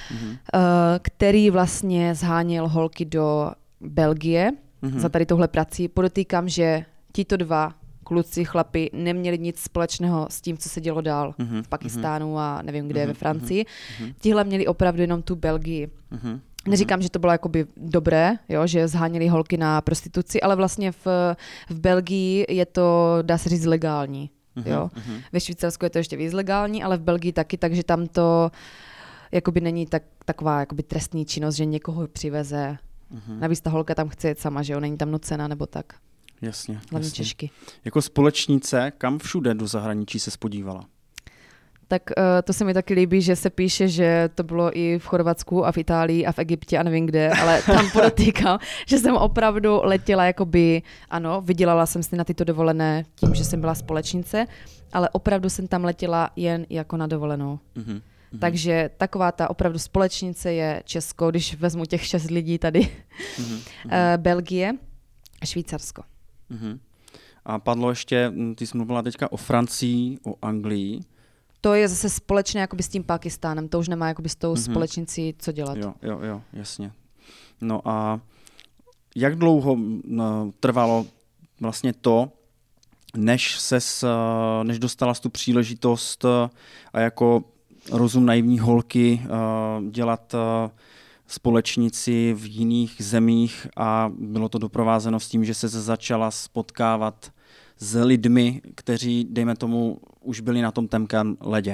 který vlastně zháněl holky do Belgie za tady tohle prací. Podotýkám, že tito dva kluci, chlapi neměli nic společného s tím, co se dělo dál v Pakistánu a nevím kde, ve Francii. Tihle měli opravdu jenom tu Belgii. Neříkám, že to bylo jakoby dobré, jo, že zháněli holky na prostituci, ale vlastně v Belgii je to, dá se říct, legální. Jo. Ve Švýcarsku je to ještě víc legální, ale v Belgii taky, takže tam to jakoby není taková jakoby trestní činnost, že někoho přiveze. Navíc ta holka tam chce jet sama, že jo, není tam nucena nebo tak. Jasně. Hlavně Češky. Jako společnice, kam všude do zahraničí se spodívala? Tak to se mi taky líbí, že se píše, že to bylo i v Chorvatsku a v Itálii a v Egyptě a nevím kde, ale tam podotýkám, že jsem opravdu letěla jakoby, ano, vydělala jsem si na tyto dovolené tím, že jsem byla společnice, ale opravdu jsem tam letěla jen jako na dovolenou. Takže taková ta opravdu společnice je Česko, když vezmu těch 6 lidí tady, Belgie a Švýcarsko. A padlo ještě, ty jsi mluvila teďka o Francii, o Anglii. To je zase společné jakoby s tím Pakistánem, to už nemá jakoby s tou společnicí co dělat. Jo, jasně. No a jak dlouho trvalo vlastně to, než dostala tu příležitost a jako rozum naivní holky dělat společnici v jiných zemích a bylo to doprovázeno s tím, že se začala spotkávat s lidmi, kteří, dejme tomu, už byli na tom tenkém ledě?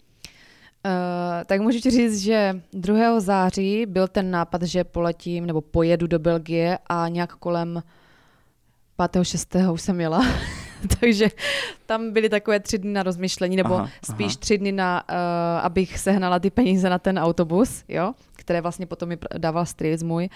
Tak můžu ti říct, že 2. září byl ten nápad, že poletím nebo pojedu do Belgie a nějak kolem 5. 6. už jsem jela. Takže tam byly takové 3 dny na rozmyšlení, nebo spíš 3 dny na, abych sehnala ty peníze na ten autobus, jo, které vlastně potom mi dával strýc můj.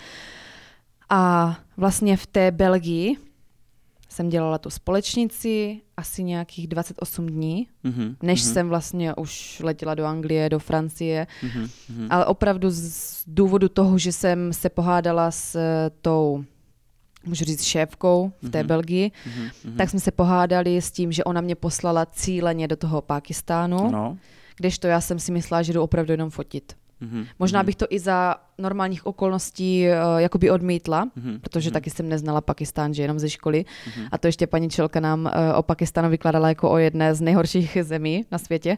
A vlastně v té Belgii jsem dělala tu společnici asi nějakých 28 dní, než jsem vlastně už letěla do Anglie, do Francie. Ale opravdu z důvodu toho, že jsem se pohádala s tou, můžu říct, šéfkou v té Belgii, tak jsme se pohádali s tím, že ona mě poslala cíleně do toho Pákistánu, kdežto já jsem si myslela, že jdu opravdu jenom fotit. Možná bych to i za normálních okolností jakoby odmítla, protože taky jsem neznala Pakistán, že jenom ze školy. A to ještě paní Čelka nám o Pakistánu vykladala jako o jedné z nejhorších zemí na světě.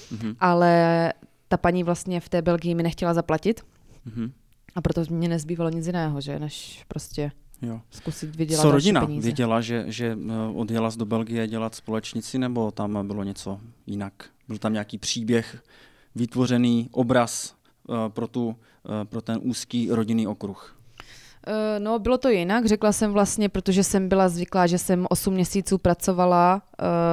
Ale ta paní vlastně v té Belgii mi nechtěla zaplatit. A proto mě nezbývalo nic jiného, že než prostě zkusit vydělat Co další rodina peníze. věděla, že odjela do Belgie dělat společnici, nebo tam bylo něco jinak? Byl tam nějaký příběh, vytvořený obraz pro ten úzký rodinný okruh? No, bylo to jinak. Řekla jsem vlastně, protože jsem byla zvyklá, že jsem 8 měsíců pracovala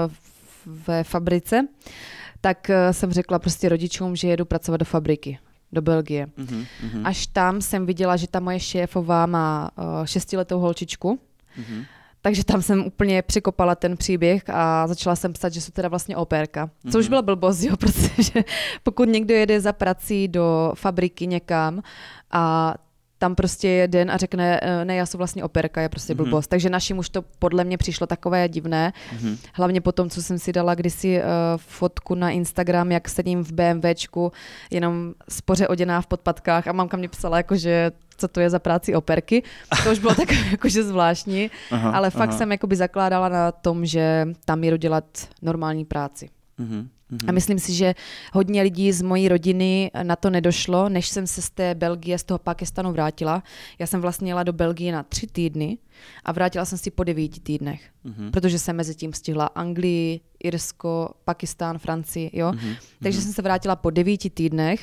ve fabrice, tak jsem řekla prostě rodičům, že jedu pracovat do fabriky, do Belgie. Až tam jsem viděla, že ta moje šéfová má 6letou holčičku, takže tam jsem úplně překopala ten příběh a začala jsem psát, že jsou teda vlastně opérka. Co už byla blbost, jo, protože pokud někdo jede za prací do fabriky někam a tam prostě je den a řekne, ne, já jsem vlastně opérka, je prostě blbost. Takže našim už to podle mě přišlo takové divné. Hlavně po tom, co jsem si dala kdysi fotku na Instagram, jak sedím v BMWčku, jenom spoře oděná v podpatkách a mamka mě psala, jakože co to je za práci operky. To už bylo tak jakože zvláštní, ale fakt jsem jakoby zakládala na tom, že tam jdu dělat normální práci. A myslím si, že hodně lidí z mojí rodiny na to nedošlo, než jsem se z té Belgie, z toho Pákistánu vrátila. Já jsem vlastně jela do Belgie na 3 týdny a vrátila jsem si po 9 týdnech, protože jsem mezi tím stihla Anglii, Irsko, Pakistán, Francii, jo. Takže jsem se vrátila po 9 týdnech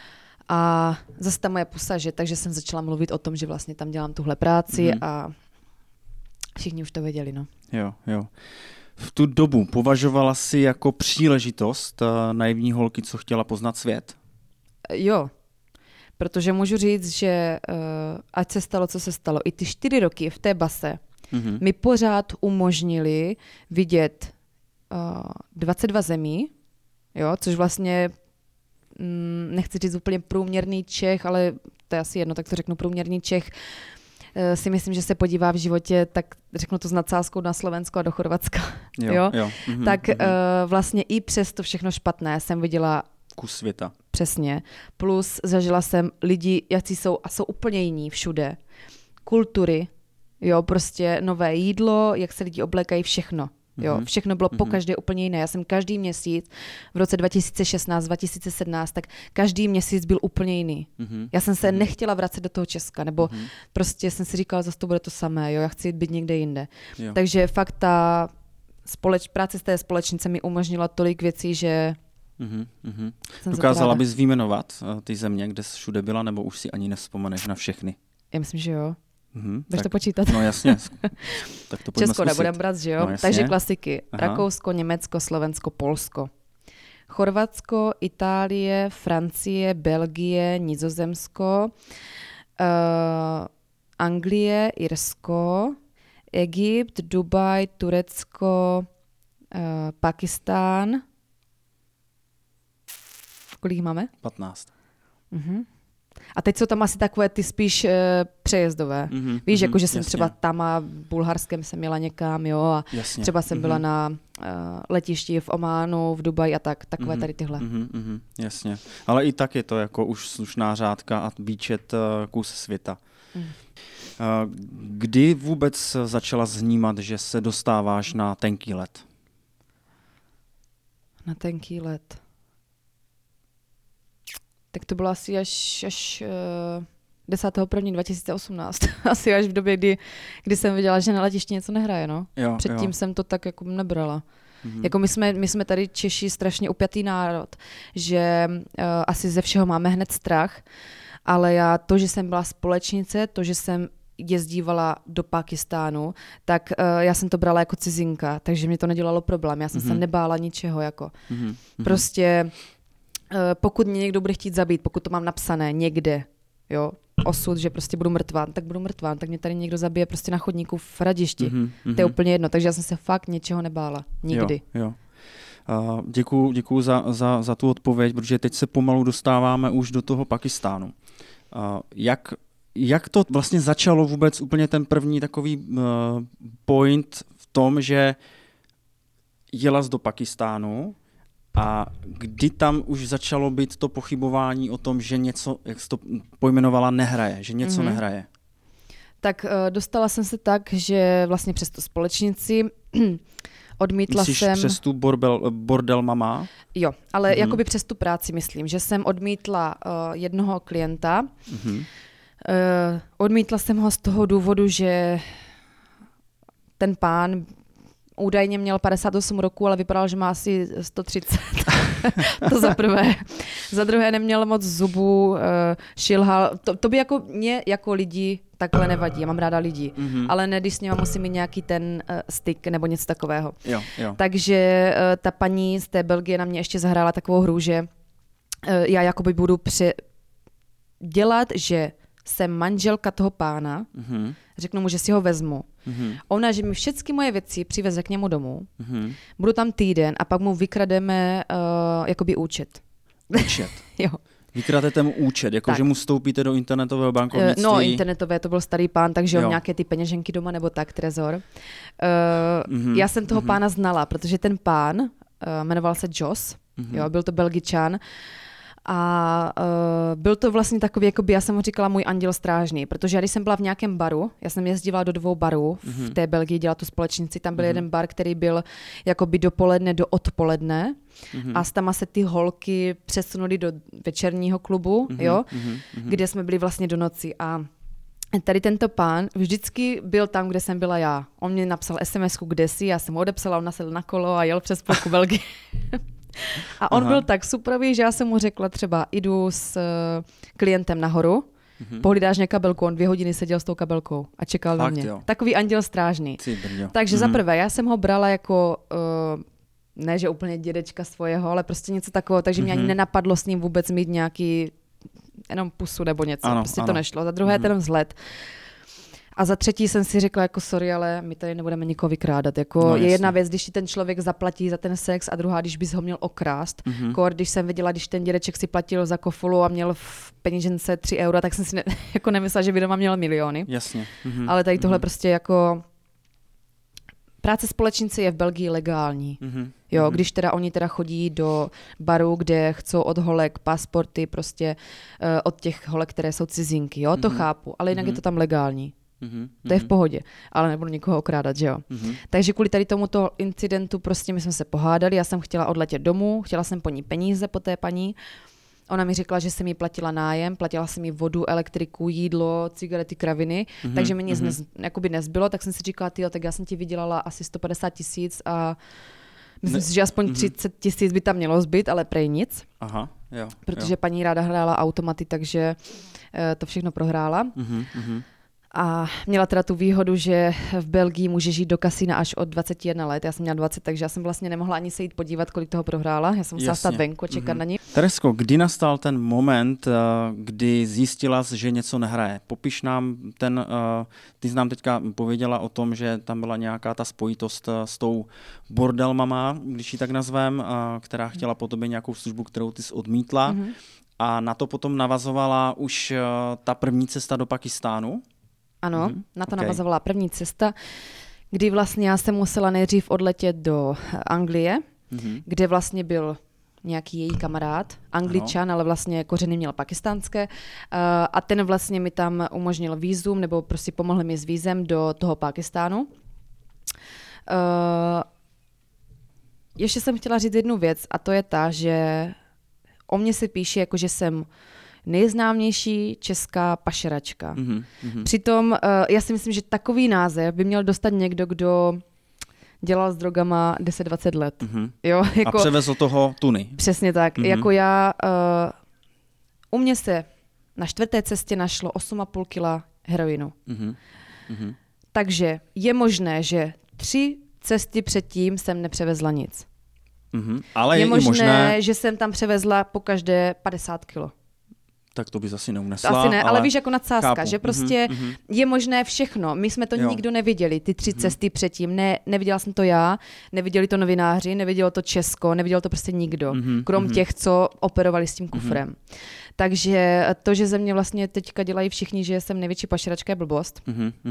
a zase ta moje pusa, že, takže jsem začala mluvit o tom, že vlastně tam dělám tuhle práci a všichni už to věděli, no. Jo. V tu dobu považovala si jako příležitost naivní holky, co chtěla poznat svět? Jo, protože můžu říct, že ať se stalo, co se stalo, i ty 4 roky v té base mi pořád umožnili vidět 22 zemí, jo, což vlastně nechci říct úplně průměrný Čech, ale to je asi jedno, tak to řeknu průměrný Čech, si myslím, že se podívá v životě, tak řeknu to s nadsázkou na Slovensko a do Chorvatska. Jo? Tak vlastně i přes to všechno špatné jsem viděla kus světa. Přesně. Plus zažila jsem lidi, jací jsou a jsou úplně jiní všude. Kultury, jo, prostě nové jídlo, jak se lidi oblékají, všechno. Jo, všechno bylo pokaždé úplně jiné. Já jsem každý měsíc v roce 2016, 2017, tak každý měsíc byl úplně jiný. Já jsem se nechtěla vracet do toho Česka, nebo prostě jsem si říkala, zase to bude to samé, jo, já chci být někde jinde. Jo. Takže fakt ta práce z té společnice mi umožnila tolik věcí, že Dokázala bys vyjmenovat ty země, kde jsi všude byla, nebo už si ani nevzpomeneš na všechny? Já myslím, že jo. Budeš to počítat? No jasně. Tak to pojďme Česko nebudem brát, že jo? No, takže klasiky. Rakousko, Německo, Slovensko, Polsko. Chorvatsko, Itálie, Francie, Belgie, Nizozemsko, Anglie, Irsko, Egypt, Dubaj, Turecko, Pakistán. Kolik máme? 15. A teď jsou tam asi takové ty spíš přejezdové. Víš, jako že jsem třeba tam a v Bulharském jsem jela někam, jo, a třeba jsem byla na letišti v Ománu, v Dubaji a takové tady tyhle. Jasně. Ale i tak je to jako už slušná řádka a výčet kus světa. Kdy vůbec začala vnímat, že se dostáváš na tenký led? Na tenký led. Tak to bylo asi až 10.1.2018. Asi až v době, kdy jsem viděla, že na letišti něco nehraje. No. Předtím jsem to tak jako nebrala. Jako my jsme tady Češi strašně upjatý národ, že asi ze všeho máme hned strach, ale já to, že jsem byla společnice, to, že jsem jezdívala do Pákistánu, tak já jsem to brala jako cizinka, takže mě to nedělalo problém. Já jsem se nebála ničeho. Jako. Prostě pokud mě někdo bude chtít zabít, pokud to mám napsané někde, jo, osud, že prostě budu mrtván, tak mě tady někdo zabije prostě na chodníku v Hradišti. To je úplně jedno, takže já jsem se fakt něčeho nebála. Nikdy. Jo. Děkuju za tu odpověď, protože teď se pomalu dostáváme už do toho Pakistánu. Jak to vlastně začalo vůbec úplně ten první takový point v tom, že jela jsi do Pakistánu a kdy tam už začalo být to pochybování o tom, že něco, jak jsi to pojmenovala, nehraje, že něco nehraje? Tak dostala jsem se tak, že vlastně přes tu společnici odmítla Myslíš jsem... přes tu bordel mama? Jo, ale jakoby přes tu práci myslím, že jsem odmítla jednoho klienta. Odmítla jsem ho z toho důvodu, že ten pán údajně měl 58 roků, ale vypadal, že má asi 130. To za prvé. Za druhé neměl moc zubů, šilhal. To by jako mě jako lidi takhle nevadí. Já mám ráda lidi. Ale ne, když s nima musím mít nějaký ten styk nebo něco takového. Jo. Takže ta paní z té Belgie na mě ještě zahrála takovou hru, že já jakoby budu dělat, že jsem manželka toho pána, řeknu mu, že si ho vezmu. Ona, že mi všechny moje věci přiveze k němu domů, budu tam týden a pak mu vykrademe jakoby účet. Účet? Jo. Vykradete mu účet, jako že mu vstoupíte do internetového bankovnictví? No, internetové, to byl starý pán, takže on nějaké ty peněženky doma nebo tak, trezor. Já jsem toho pána znala, protože ten pán jmenoval se Jos, jo, byl to Belgičan. A byl to vlastně takový, jako by já jsem mu říkala můj anděl strážný, protože já když jsem byla v nějakém baru, já jsem jezdila do 2 barů v té Belgii, dělala tu společnici, tam byl jeden bar, který byl jakoby dopoledne do odpoledne a tam se ty holky přesunuly do večerního klubu, jo, kde jsme byli vlastně do noci a tady tento pán vždycky byl tam, kde jsem byla já. On mě napsal SMS-ku, kde jsi, já jsem ho odepsala, on nasedl na kolo a jel přes půlku Belgii. A on byl tak suprový, že já jsem mu řekla třeba, jdu s klientem nahoru, pohlídáš mě kabelku, on 2 hodiny seděl s tou kabelkou a čekal na mě. Jo. Takový anděl strážný. Takže za prvé, já jsem ho brala jako, ne že úplně dědečka svého, ale prostě něco takového, takže mě ani nenapadlo s ním vůbec mít nějaký jenom pusu nebo něco, prostě to nešlo. Za druhé ten vzhled. A za třetí jsem si řekla, jako sorry, ale my tady nebudeme nikoho vykrádat. Jako je jedna věc, když ti ten člověk zaplatí za ten sex a druhá, když bys ho měl okrást. Když jsem viděla, když ten dědeček si platil za kofolu a měl v peněžence 3 eura, tak jsem si jako nemyslela, že by doma měl miliony. Jasně. Ale tady tohle prostě jako... Práce společnice je v Belgii legální. Jo, když teda oni teda chodí do baru, kde chcou od holek pasporty prostě od těch holek, které jsou cizinky, jo, to chápu, ale jinak je to tam legální. To je v pohodě, ale nebudu nikoho okrádat, že jo. Takže kvůli tady tomuto incidentu prostě my jsme se pohádali, já jsem chtěla odletět domů, chtěla jsem po ní peníze, po té paní. Ona mi řekla, že jsem jí platila nájem, platila jsem jí vodu, elektriku, jídlo, cigarety, kraviny, takže mi nic jakoby nezbylo, tak jsem si říkala, tyjo, tak já jsem ti vydělala asi 150 000 a myslím si, že aspoň 30 000 by tam mělo zbyt, ale prej nic. Aha, jo. Protože paní ráda hrála automaty, takže to všechno prohrála. A měla teda tu výhodu, že v Belgii může žít do kasína až od 21 let. Já jsem měla 20, takže já jsem vlastně nemohla ani se jít podívat, kolik toho prohrála. Já jsem musela stát venku a čekat na ní. Teresko, kdy nastal ten moment, kdy zjistila, že něco nehraje? Popiš nám ty jsi nám teďka pověděla o tom, že tam byla nějaká ta spojitost s tou bordel mama, když ji tak nazvem, která chtěla po tobě nějakou službu, kterou ty jsi odmítla. A na to potom navazovala už ta první cesta do Pakistánu? Ano, na to navazovala první cesta, kdy vlastně já jsem musela nejdřív odletět do Anglie, kde vlastně byl nějaký její kamarád, Angličan, ale vlastně kořeny měl pakistánské a ten vlastně mi tam umožnil vízum, nebo prostě pomohl mi s vízem do toho Pákistánu. Ještě jsem chtěla říct jednu věc a to je ta, že o mně se píše, jako že jsem nejznámější česká pašeračka. Přitom já si myslím, že takový název by měl dostat někdo, kdo dělal s drogama 10-20 let. Jo, jako, a převezl toho tuny. Přesně tak. Jako já, u mě se na 4. cestě našlo 8,5 kila heroinu. Takže je možné, že 3 cesty předtím jsem nepřevezla nic. Ale je možné, možné, že jsem tam převezla po každé 50 kilo. Tak to bys asi neunesla. To asi ne, ale víš, jako nadsázka, chápu. že prostě je možné všechno. My jsme to nikdo neviděli, ty 3 cesty předtím. Neviděla jsem to já, neviděli to novináři, nevidělo to Česko, neviděl to prostě nikdo, krom těch, co operovali s tím kufrem. Takže to, že ze mě vlastně teďka dělají všichni, že jsem největší pašeračka, je blbost.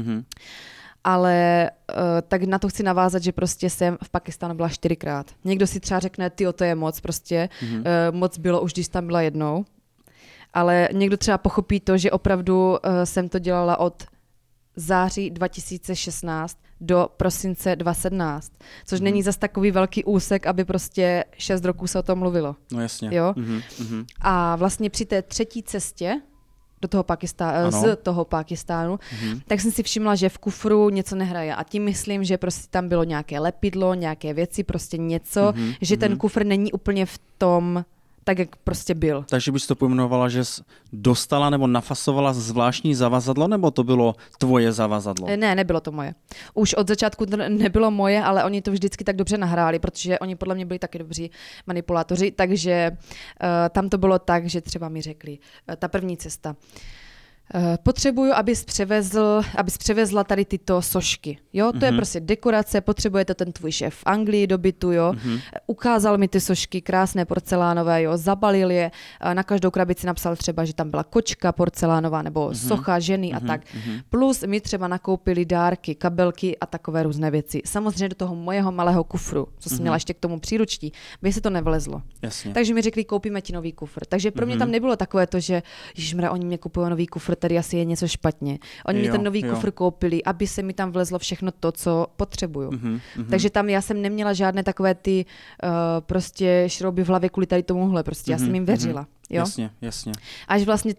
Ale tak na to chci navázat, že prostě jsem v Pakistánu byla 4krát. Někdo si třeba řekne, tyjo, to je moc prostě. Moc bylo už, když tam byla jednou. Ale někdo třeba pochopí to, že opravdu jsem to dělala od září 2016 do prosince 2017, což není zas takový velký úsek, aby prostě 6 roků se o tom mluvilo. No jasně. Jo? A vlastně při té 3. cestě do toho z toho Pákistánu, tak jsem si všimla, že v kufru něco nehraje. A tím myslím, že prostě tam bylo nějaké lepidlo, nějaké věci, prostě něco, že ten kufr není úplně v tom, tak jak prostě byl. Takže bys to pojmenovala, že jsi dostala nebo nafasovala zvláštní zavazadlo, nebo to bylo tvoje zavazadlo? Ne, nebylo to moje. Už od začátku to nebylo moje, ale oni to vždycky tak dobře nahráli, protože oni podle mě byli taky dobří manipulátoři, takže tam to bylo tak, že třeba mi řekli, ta první cesta, potřebuju, abys převezla tady tyto sošky. Jo, to je prostě dekorace, potřebuje to ten tvůj šéf v Anglii do bytu, jo. Ukázal mi ty sošky, krásné porcelánové, jo, zabalil je, na každou krabici napsal třeba, že tam byla kočka porcelánová nebo socha ženy a tak. Plus mi třeba nakoupili dárky, kabelky a takové různé věci. Samozřejmě do toho mojeho malého kufru, co jsem měla ještě k tomu příručí, by se to nevlezlo. Jasně. Takže mi řekli, koupíme ti nový kufr. Takže pro mě tam nebylo takové to, že ježišmarja, oni mě kupují nový kufr, tady asi je něco špatně. Oni mi ten nový kufr koupili, aby se mi tam vlezlo všechno to, co potřebuju. Takže tam já jsem neměla žádné takové ty prostě šrouby v hlavě kvůli tady tomuhle. Prostě já jsem jim věřila. Jo? Jasně. Až vlastně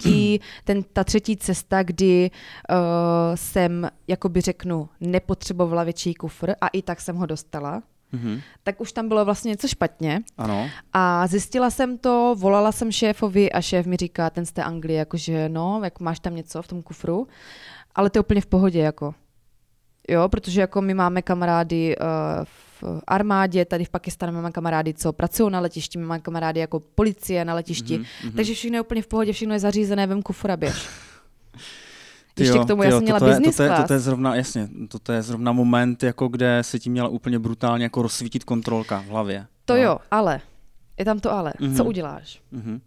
ta třetí cesta, kdy jsem, jakoby řeknu, nepotřebovala větší kufr a i tak jsem ho dostala, tak už tam bylo vlastně něco špatně. Ano. A zjistila jsem to, volala jsem šéfovi a šéf mi říká, ten z té Anglie, jakože no, jak máš tam něco v tom kufru, ale to je úplně v pohodě, jako. Jo, protože jako my máme kamarády v armádě, tady v Pakistánu máme kamarády, co pracují na letišti, my máme kamarády jako policie na letišti, takže všechno je úplně v pohodě, všechno je zařízené, vem kufr a běž. Ještě k tomu, já jsem měla business class. To je zrovna moment, jako kde se ti měla úplně brutálně jako rozsvítit kontrolka v hlavě. To jo, ale, je tam to ale. Co uděláš?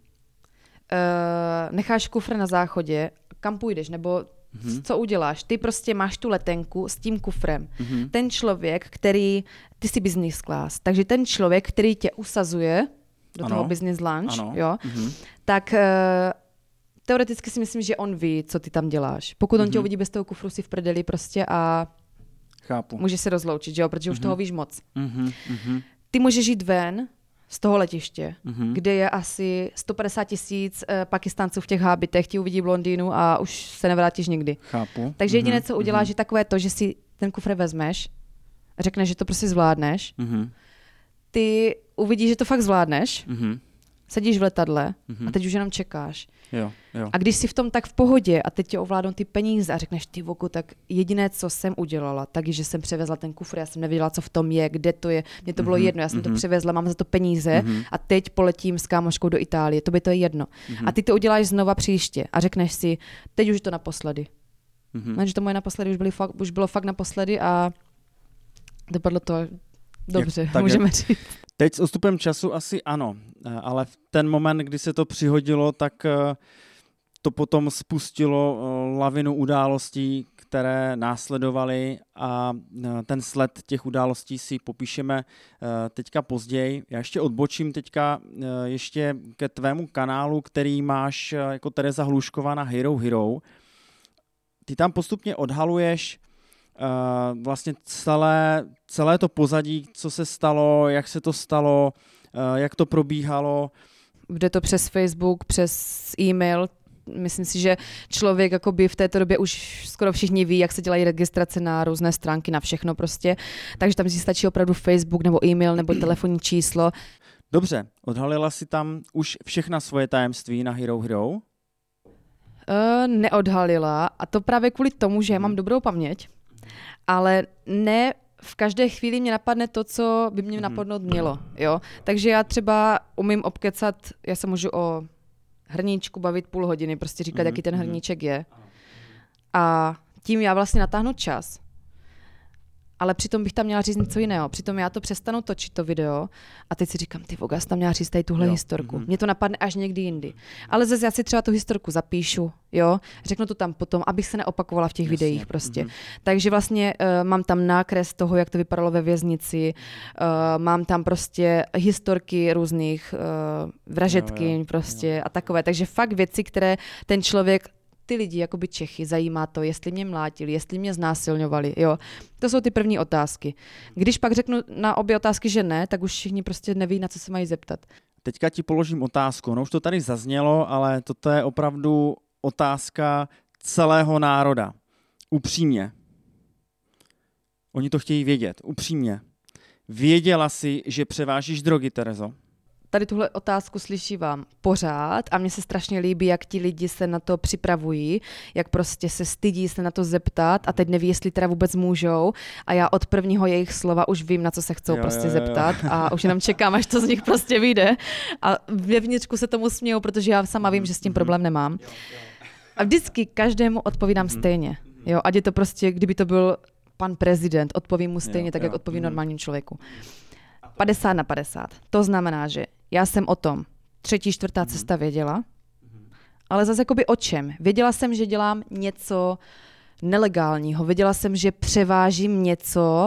Necháš kufr na záchodě, kam půjdeš, nebo co uděláš? Ty prostě máš tu letenku s tím kufrem. Ten člověk, ty jsi business class, takže ten člověk, který tě usazuje do toho business lunch, jo, tak teoreticky si myslím, že on ví, co ty tam děláš. Pokud on tě uvidí bez toho kufru, si v prdeli prostě a může se rozloučit, jo, protože už toho víš moc. Ty můžeš jít ven z toho letiště, kde je asi 150 000 Pakistánců v těch hábitech, ti uvidí v Londýnu a už se nevrátíš nikdy. Chápu. Takže jediné, co uděláš, je takové to, že si ten kufr vezmeš, řekneš, že to prostě zvládneš, ty uvidíš, že to fakt zvládneš, sedíš v letadle a teď už jenom čekáš. Jo. A když jsi v tom tak v pohodě a teď tě ovládnou ty peníze a řekneš ty voku, tak jediné, co jsem udělala, tak je, že jsem převezla ten kufr, já jsem nevěděla, co v tom je, kde to je, mně to bylo jedno, já jsem to převezla, mám za to peníze a teď poletím s kámoškou do Itálie, to by to je jedno. A ty to uděláš znova příště a řekneš si, teď už to naposledy. Jenže to moje naposledy už bylo fakt naposledy a dopadlo to dobře, můžeme říct. Teď s odstupem času asi ano, ale v ten moment, kdy se to přihodilo, tak to potom spustilo lavinu událostí, které následovaly a ten sled těch událostí si popíšeme teďka později. Já ještě odbočím teďka ještě ke tvému kanálu, který máš jako Tereza Hlušková na Hero Hero. Ty tam postupně odhaluješ vlastně celé to pozadí, co se stalo, jak se to stalo, jak to probíhalo. Jde to přes Facebook, přes e-mail. Myslím si, že člověk jakoby v této době už skoro všichni ví, jak se dělají registrace na různé stránky, na všechno prostě. Takže tam si stačí opravdu Facebook nebo e-mail nebo telefonní číslo. Dobře, odhalila si tam už všechna svoje tajemství na Hero Hero? Neodhalila a to právě kvůli tomu, že já mám dobrou paměť, ale ne v každé chvíli mě napadne to, co by mě napadnout mělo. Jo? Takže já třeba umím obkecat, já se můžu o hrníčku bavit půl hodiny, prostě říkat, jaký ten hrníček je. A tím já vlastně natáhnu čas. Ale přitom bych tam měla říct něco jiného. Přitom já to přestanu točit, to video, a teď si říkám, ty voga, tam měla říct tady tuhle historku. Mně to napadne až někdy jindy. Ale zase já si třeba tu historku zapíšu, jo, řeknu to tam potom, abych se neopakovala v těch videích prostě. Takže vlastně mám tam nákres toho, jak to vypadalo ve věznici, mám tam prostě historky různých vražedkyň prostě a takové. Takže fakt věci, které ten člověk, ty lidi, jakoby Čechy, zajímá to, jestli mě mlátili, jestli mě znásilňovali, jo. To jsou ty první otázky. Když pak řeknu na obě otázky, že ne, tak už všichni prostě neví, na co se mají zeptat. Teďka ti položím otázku. No už to tady zaznělo, ale toto je opravdu otázka celého národa. Upřímně. Oni to chtějí vědět. Upřímně. Věděla jsi, že převážíš drogy, Terezo? Tady tuhle otázku slyšívám pořád a mně se strašně líbí, jak ti lidi se na to připravují, jak prostě se stydí se na to zeptat a teď neví, jestli teda vůbec můžou a já od prvního jejich slova už vím, na co se chcou zeptat a už jenom čekám, až to z nich prostě vyjde a vevnitřku se tomu smějou, protože já sama vím, že s tím problém nemám. A vždycky každému odpovídám stejně. Jo, ať je to prostě, kdyby to byl pan prezident, odpovím mu stejně, tak jak odpovím normálním člověku. 50/50. To znamená, že já jsem o tom 3., 4. cesta věděla, ale zase jakoby o čem? Věděla jsem, že dělám něco nelegálního. Věděla jsem, že převážím něco,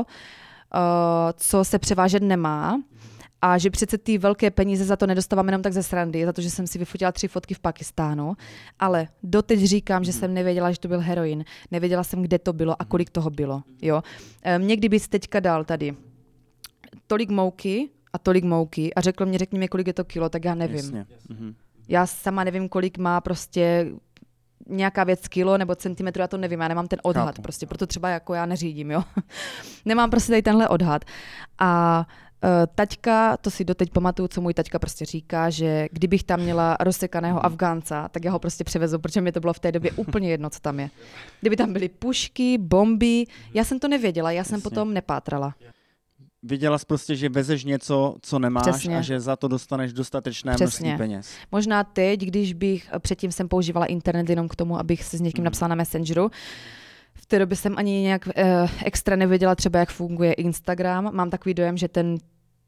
co se převážet nemá a že přece ty velké peníze za to nedostávám jenom tak ze srandy, za to, že jsem si vyfotila 3 fotky v Pakistánu, ale doteď říkám, že jsem nevěděla, že to byl heroin. Nevěděla jsem, kde to bylo a kolik toho bylo. Jo? Mě kdybys teďka dal tady tolik mouky a řekni mi, kolik je to kilo, tak já nevím. Jasně. Já sama nevím, kolik má prostě nějaká věc kilo nebo centimetru, já to nevím, já nemám ten odhad prostě, proto třeba jako já neřídím, jo. Nemám prostě tady tenhle odhad. A taťka, to si doteď pamatuju, co můj taťka prostě říká, že kdybych tam měla rozsekaného Afgánca, tak já ho prostě převezu, protože mi to bylo v té době úplně jedno, co tam je. Kdyby tam byly pušky, bomby, já jsem to nevěděla, já jsem potom nepátrala. Věděla jsi prostě, že vezeš něco, co nemáš. Přesně. A že za to dostaneš dostatečné množství peněz. Možná teď, když bych, předtím jsem používala internet jenom k tomu, abych se s někým napsala na Messengeru. V té době jsem ani nějak extra nevěděla třeba, jak funguje Instagram. Mám takový dojem, že ten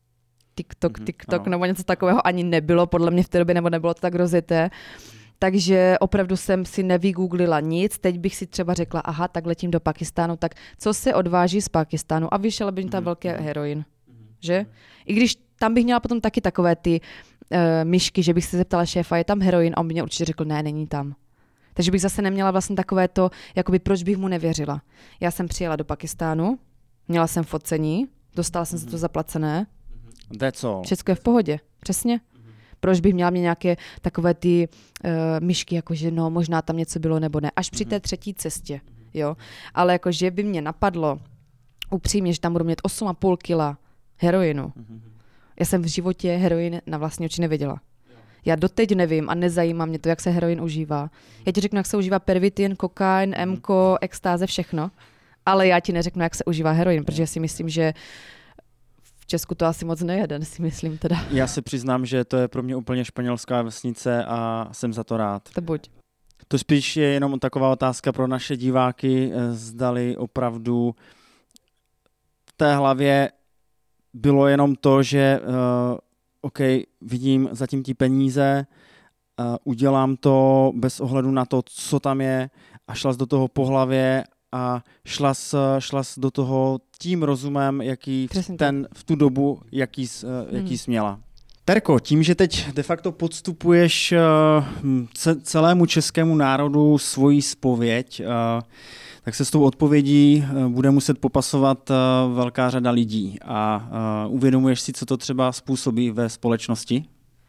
TikTok nebo něco takového ani nebylo podle mě v té době, nebo nebylo to tak rozjeté. Takže opravdu jsem si nevygooglila nic. Teď bych si třeba řekla, aha, tak letím do Pakistánu, tak co se odváží z Pakistánu? A vyšel by mi tam velký heroin. Že? I když tam bych měla potom taky takové ty myšky, že bych se zeptala šéfa, je tam heroin? A on by mě určitě řekl, ne, není tam. Takže bych zase neměla vlastně takové to, jakoby proč bych mu nevěřila. Já jsem přijela do Pakistánu, měla jsem focení, dostala jsem za to zaplacené. That's all. Všechno je v pohodě, přesně. Proč bych měla mě nějaké takové ty myšky, jakože no, možná tam něco bylo nebo ne. Až při té 3. cestě, jo. Ale jakože by mě napadlo upřímně, že tam budu mít 8,5 kila heroinu. Já jsem v životě heroin na vlastní oči nevěděla. Já doteď nevím a nezajímá mě to, jak se heroin užívá. Já ti řeknu, jak se užívá pervitin, kokain, MKO, extáze, všechno. Ale já ti neřeknu, jak se užívá heroin, protože si myslím, že v Česku to asi moc nejeden, si myslím teda. Já se přiznám, že to je pro mě úplně španělská vesnice a jsem za to rád. To buď. To spíš je jenom taková otázka pro naše diváky, zdali opravdu v té hlavě bylo jenom to, že OK, vidím zatím ty peníze, udělám to bez ohledu na to, co tam je a šla jsi do toho po hlavě a šla jsi do toho tím rozumem, jaký v tu dobu, jaký jsi měla. Terko, tím, že teď de facto podstupuješ celému českému národu svoji zpověď, tak se s tou odpovědí bude muset popasovat velká řada lidí. A uvědomuješ si, co to třeba způsobí ve společnosti?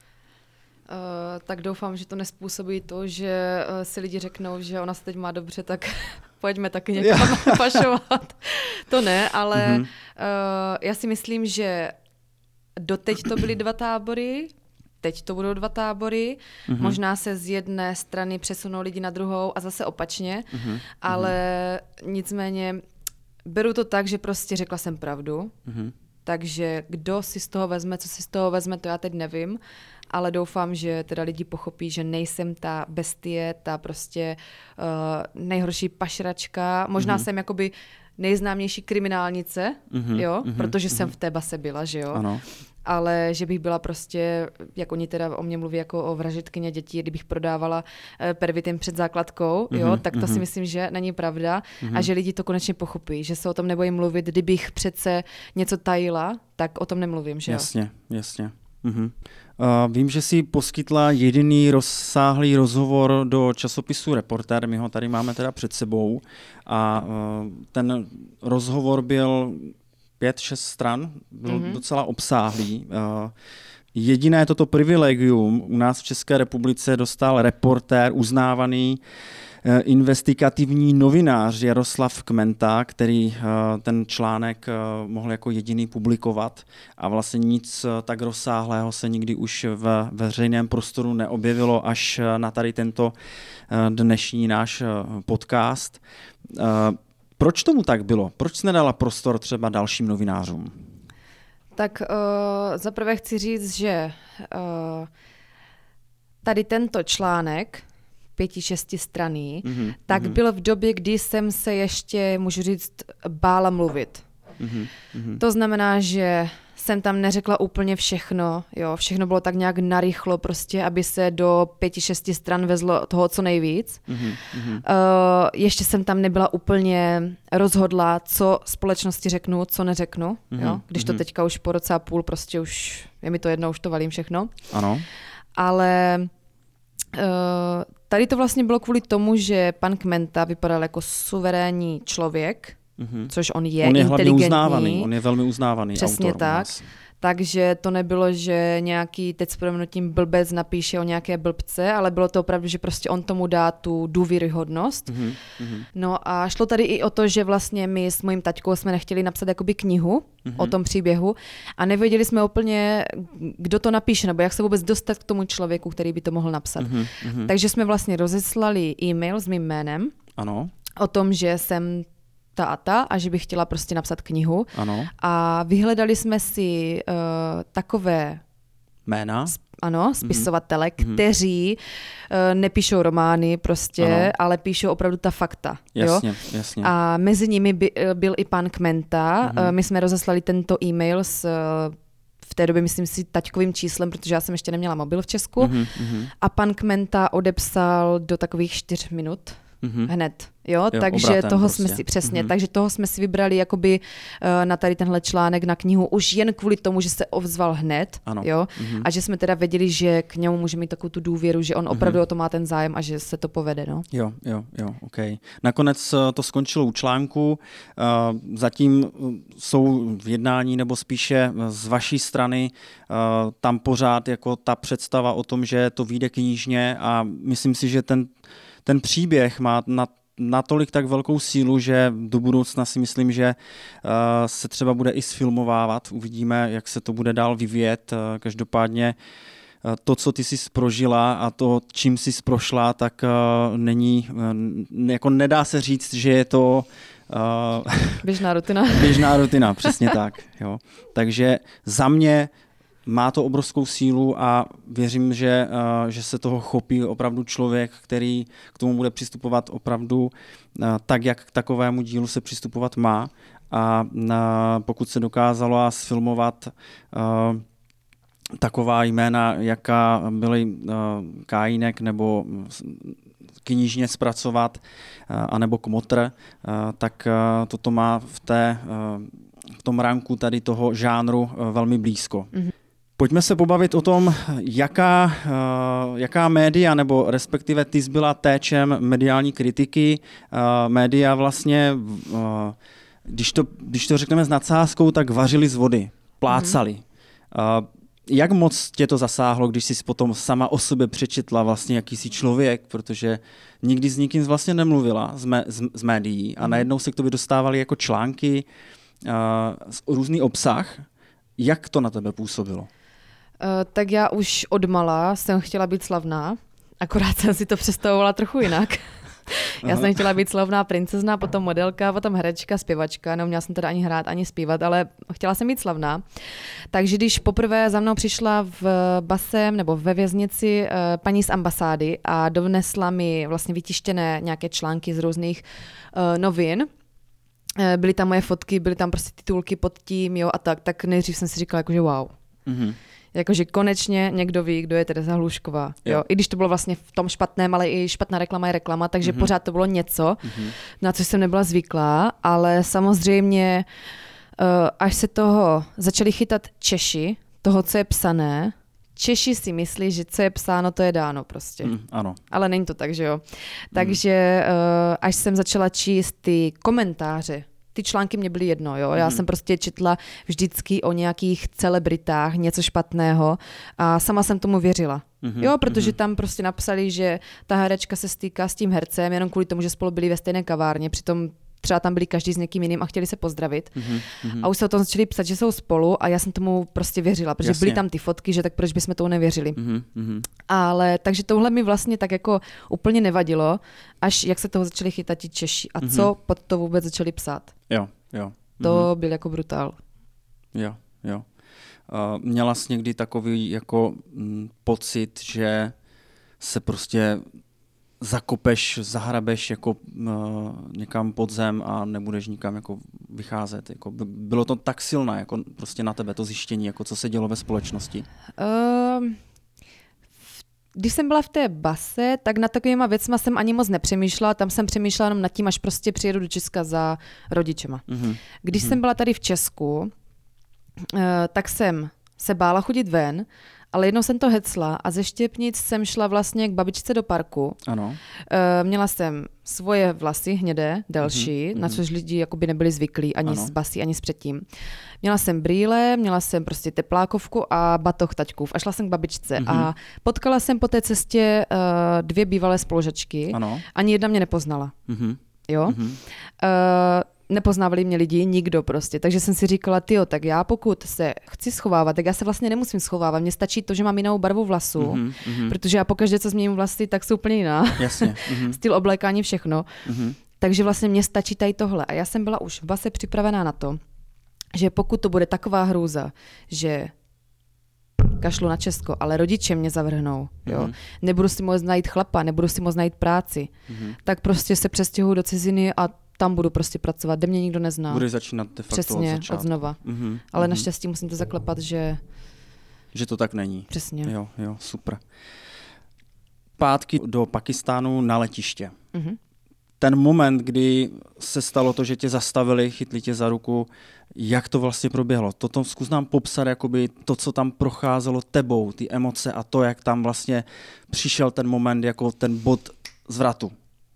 Tak doufám, že to nespůsobí to, že si lidi řeknou, že ona se teď má dobře, tak pojďme taky někam pašovat. To ne, ale já si myslím, že doteď to byly 2 tábory teď to budou 2 tábory, možná se z jedné strany přesunou lidi na druhou a zase opačně, ale nicméně beru to tak, že prostě řekla jsem pravdu, takže kdo si z toho vezme, co si z toho vezme, to já teď nevím, ale doufám, že teda lidi pochopí, že nejsem ta bestie, ta prostě nejhorší pašračka, možná jsem jakoby nejznámější kriminálnice, jo, protože jsem v té base byla, že jo. Ano. Ale že bych byla prostě, jak oni teda o mě mluví jako o vražedkyně dětí, kdybych prodávala pervitin před základkou, jo, tak to si myslím, že není pravda a že lidi to konečně pochopí, že se o tom nebojím mluvit, kdybych přece něco tajila, tak o tom nemluvím, že jo. Jasně. Vím, že jsi poskytla jediný rozsáhlý rozhovor do časopisu Reportér, my ho tady máme teda před sebou a ten rozhovor byl 5-6 stran, byl docela obsáhlý. Jediné toto privilegium u nás v České republice dostal Reportér, uznávaný investigativní novinář Jaroslav Kmenta, který ten článek mohl jako jediný publikovat a vlastně nic tak rozsáhlého se nikdy už v veřejném prostoru neobjevilo až na tady tento dnešní náš podcast. Proč tomu tak bylo? Proč jsi nedala prostor třeba dalším novinářům? Tak zaprvé chci říct, že tady tento článek 5-6 strany, tak byl v době, kdy jsem se ještě, můžu říct, bála mluvit. To znamená, že jsem tam neřekla úplně všechno, jo, všechno bylo tak nějak narychlo prostě, aby se do 5-6 stran vezlo toho co nejvíc. Ještě jsem tam nebyla úplně rozhodla, co společnosti řeknu, co neřeknu, jo, když to teďka už po roce a půl prostě už, je mi to jedno, už to valím všechno. Ano. Ale tady to vlastně bylo kvůli tomu, že pan Kmenta vypadal jako suverénní člověk, což on je hlavně inteligentní. uznávaný, on je velmi uznávaný Přesně autor tak. Takže to nebylo, že nějaký teď s proměnutím blbec napíše o nějaké blbce, ale bylo to opravdu, že prostě on tomu dá tu důvěryhodnost. No a šlo tady i o to, že vlastně my s mojím taťkou jsme nechtěli napsat jakoby knihu o tom příběhu a nevěděli jsme úplně, kdo to napíše, nebo jak se vůbec dostat k tomu člověku, který by to mohl napsat. Takže jsme vlastně rozeslali e-mail s mým jménem. Ano. O tom, že jsem ta a že bych chtěla prostě napsat knihu. Ano. A vyhledali jsme si takové jména, spisovatele, kteří nepíšou romány prostě, ale píšou opravdu ta fakta. Jasně, jo? jasně. A mezi nimi byl i pan Kmenta. My jsme rozeslali tento e-mail v té době, myslím si, taťkovým číslem, protože já jsem ještě neměla mobil v Česku. A pan Kmenta odepsal do takových 4 minut. Hned, jo, takže toho prostě. jsme si, přesně, takže toho jsme si vybrali jakoby na tady tenhle článek na knihu už jen kvůli tomu, že se ozval hned, jo, a že jsme teda věděli, že k němu můžeme mít takovou tu důvěru, že on opravdu o to má ten zájem a že se to povede, no. Jo, ok. Nakonec to skončilo u článku, zatím jsou v jednání, nebo spíše z vaší strany tam pořád jako ta představa o tom, že to vyjde knižně a myslím si, že ten příběh má natolik tak velkou sílu, že do budoucna si myslím, že se třeba bude i sfilmovávat. Uvidíme, jak se to bude dál vyvíjet. Každopádně to, co ty jsi prožila a to, čím jsi prošla, tak jako nedá se říct, že je to běžná rutina. Běžná rutina, přesně tak. Jo. Takže za mě má to obrovskou sílu a věřím, že se toho chopí opravdu člověk, který k tomu bude přistupovat opravdu tak, jak k takovému dílu se přistupovat má. A pokud se dokázalo sfilmovat taková jména, jaká byly Kajínek nebo knižně zpracovat, anebo Kmotr, tak toto má v tom ranku tady toho žánru velmi blízko. Pojďme se pobavit o tom, jaká média, nebo respektive ty jsi byla téčem mediální kritiky. Média vlastně, když to řekneme s nadsázkou, tak vařili z vody, plácali. Jak moc tě to zasáhlo, když jsi potom sama o sobě přečetla vlastně jakýsi člověk, protože nikdy s nikým vlastně nemluvila z médií a najednou se k tobě dostávaly jako články, různý obsah. Jak to na tebe působilo? Tak já už odmala jsem chtěla být slavná, akorát jsem si to představovala trochu jinak. Já jsem chtěla být slavná princezna, potom modelka, potom herečka, zpěvačka. Neuměla jsem teda ani hrát, ani zpívat, ale chtěla jsem být slavná. Takže když poprvé za mnou přišla v basem nebo ve věznici paní z ambasády a donesla mi vlastně vytištěné nějaké články z různých novin, byly tam moje fotky, byly tam prostě titulky pod tím, jo, a tak nejdřív jsem si říkala, jakože wow. Mm-hmm. Jakože konečně někdo ví, kdo je Tereza Hlušková. Jo. I když to bylo vlastně v tom špatném, ale i špatná reklama je reklama, takže pořád to bylo něco, na co jsem nebyla zvyklá, ale samozřejmě až se toho začali chytat Češi, toho, co je psané, Češi si myslí, že co je psáno, to je dáno prostě. Ano. Ale není to tak, že jo. Takže až jsem začala číst ty komentáře, ty články mě byly jedno, jo. Já jsem prostě četla vždycky o nějakých celebritách, něco špatného a sama jsem tomu věřila. Jo, protože tam prostě napsali, že ta herečka se stýká s tím hercem jenom kvůli tomu, že spolu byli ve stejné kavárně, přitom třeba tam byli každý s někým jiným a chtěli se pozdravit. A už se o tom začali psat, že jsou spolu a já jsem tomu prostě věřila, protože byly tam ty fotky, že tak proč bychom tomu nevěřili. Ale takže tohle mi vlastně tak jako úplně nevadilo, až jak se toho začali chytat ti Češi a co pod to vůbec začali psát. Jo. To byl jako brutál. Jo. Měla jsi někdy takový jako pocit, že se prostě zakopeš, zahrabeš jako někam pod zem a nebudeš nikam jako vycházet. Jako bylo to tak silné jako prostě na tebe to zjištění, jako co se dělo ve společnosti? Když jsem byla v té base, tak nad takovýma věcma jsem ani moc nepřemýšlela, tam jsem přemýšlela jenom nad tím, až prostě přijedu do Česka za rodičema. Když jsem byla tady v Česku, tak jsem se bála chodit ven, ale jednou jsem to hecla a ze Štěpnic jsem šla vlastně k babičce do parku. Ano. Měla jsem svoje vlasy hnědé, delší, na což lidi jakoby nebyli zvyklí ani z basy, ani z předtím. Měla jsem brýle, měla jsem prostě teplákovku a batoh taťkův a šla jsem k babičce a potkala jsem po té cestě 2 bývalé spolužačky. Ano. Ani jedna mě nepoznala. Jo? Nepoznávali mě lidi, nikdo prostě. Takže jsem si říkala, tyjo, tak já pokud se chci schovávat, tak já se vlastně nemusím schovávat. Mně stačí to, že mám jinou barvu vlasů, protože já pokaždé, co změním vlasy, tak jsou úplně jiná. Jasně. Styl oblékání, všechno. Takže vlastně mně stačí tady tohle. A já jsem byla už v base připravená na to, že pokud to bude taková hrůza, že kašlu na Česko, ale rodiče mě zavrhnou, jo. Nebudu si moct najít chlapa, nebudu si moct najít práci, tak prostě se přestěhuju do ciziny a tam budu prostě pracovat, kde mě nikdo nezná. Budeš začínat de facto přesně, od začátku. od znova. Ale naštěstí musím to zaklepat, že to tak není. Přesně. Jo, super. Zpátky do Pakistánu na letiště. Ten moment, kdy se stalo to, že tě zastavili, chytli tě za ruku, jak to vlastně proběhlo? Toto zkus nám popsat, jakoby to, co tam procházelo tebou, ty emoce a to, jak tam vlastně přišel ten moment, jako ten bod zvratu.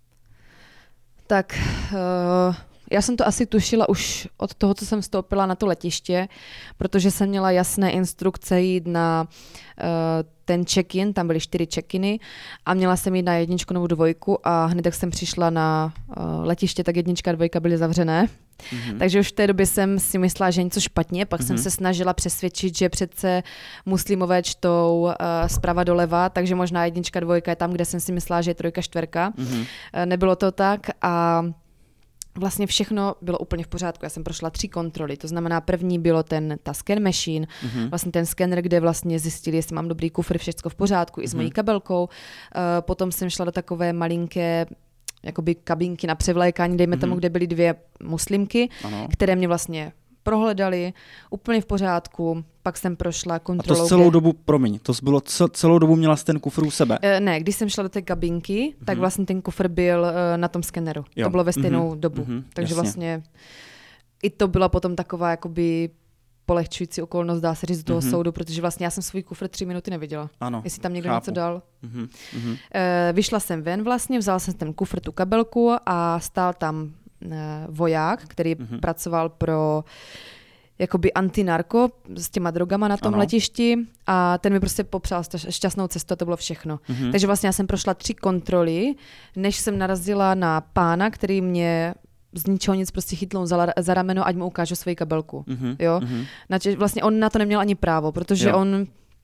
Tak já jsem to asi tušila už od toho, co jsem vstoupila na to letiště, protože jsem měla jasné instrukce jít na ten check-in, tam byly 4 check-iny a měla jsem jít na 1 nebo 2 a hned jak jsem přišla na letiště, tak 1 a 2 byly zavřené. Takže už v té době jsem si myslela, že něco špatně, pak jsem se snažila přesvědčit, že přece muslimové čtou zprava doleva, takže možná 1 a 2 je tam, kde jsem si myslela, že je 3 4. Nebylo to tak a vlastně všechno bylo úplně v pořádku. Já jsem prošla 3 kontroly, to znamená první bylo ta scan machine, vlastně ten skener, kde vlastně zjistili, jestli mám dobrý kufr, všechno v pořádku i s mojí kabelkou. Potom jsem šla do takové malinké jakoby kabinky na převlékání, dejme tomu, kde byly 2 muslimky, které mě vlastně prohledali, úplně v pořádku, pak jsem prošla kontrolou. A to celou dobu, promiň, to bylo celou dobu měla jsi ten kufr u sebe? Ne, když jsem šla do té kabinky, tak vlastně ten kufr byl na tom skeneru. Jo. To bylo ve stejnou dobu. Takže jasně. Vlastně i to byla potom taková jakoby polehčující okolnost, dá se říct, z toho soudu, protože vlastně já jsem svůj kufr 3 minuty neviděla. Ano, jestli tam někdo něco dal. Vyšla jsem ven vlastně, vzala jsem ten kufr, tu kabelku a stál tam voják, který pracoval pro jakoby antinarko s těma drogama na tom letišti a ten mi prostě popřál šťastnou cestu a to bylo všechno. Takže vlastně já jsem prošla 3 kontroly, než jsem narazila na pána, který mě z ničeho nic prostě chytl za rameno, ať mu ukážu svoji kabelku. Jo? Vlastně on na to neměl ani právo, protože on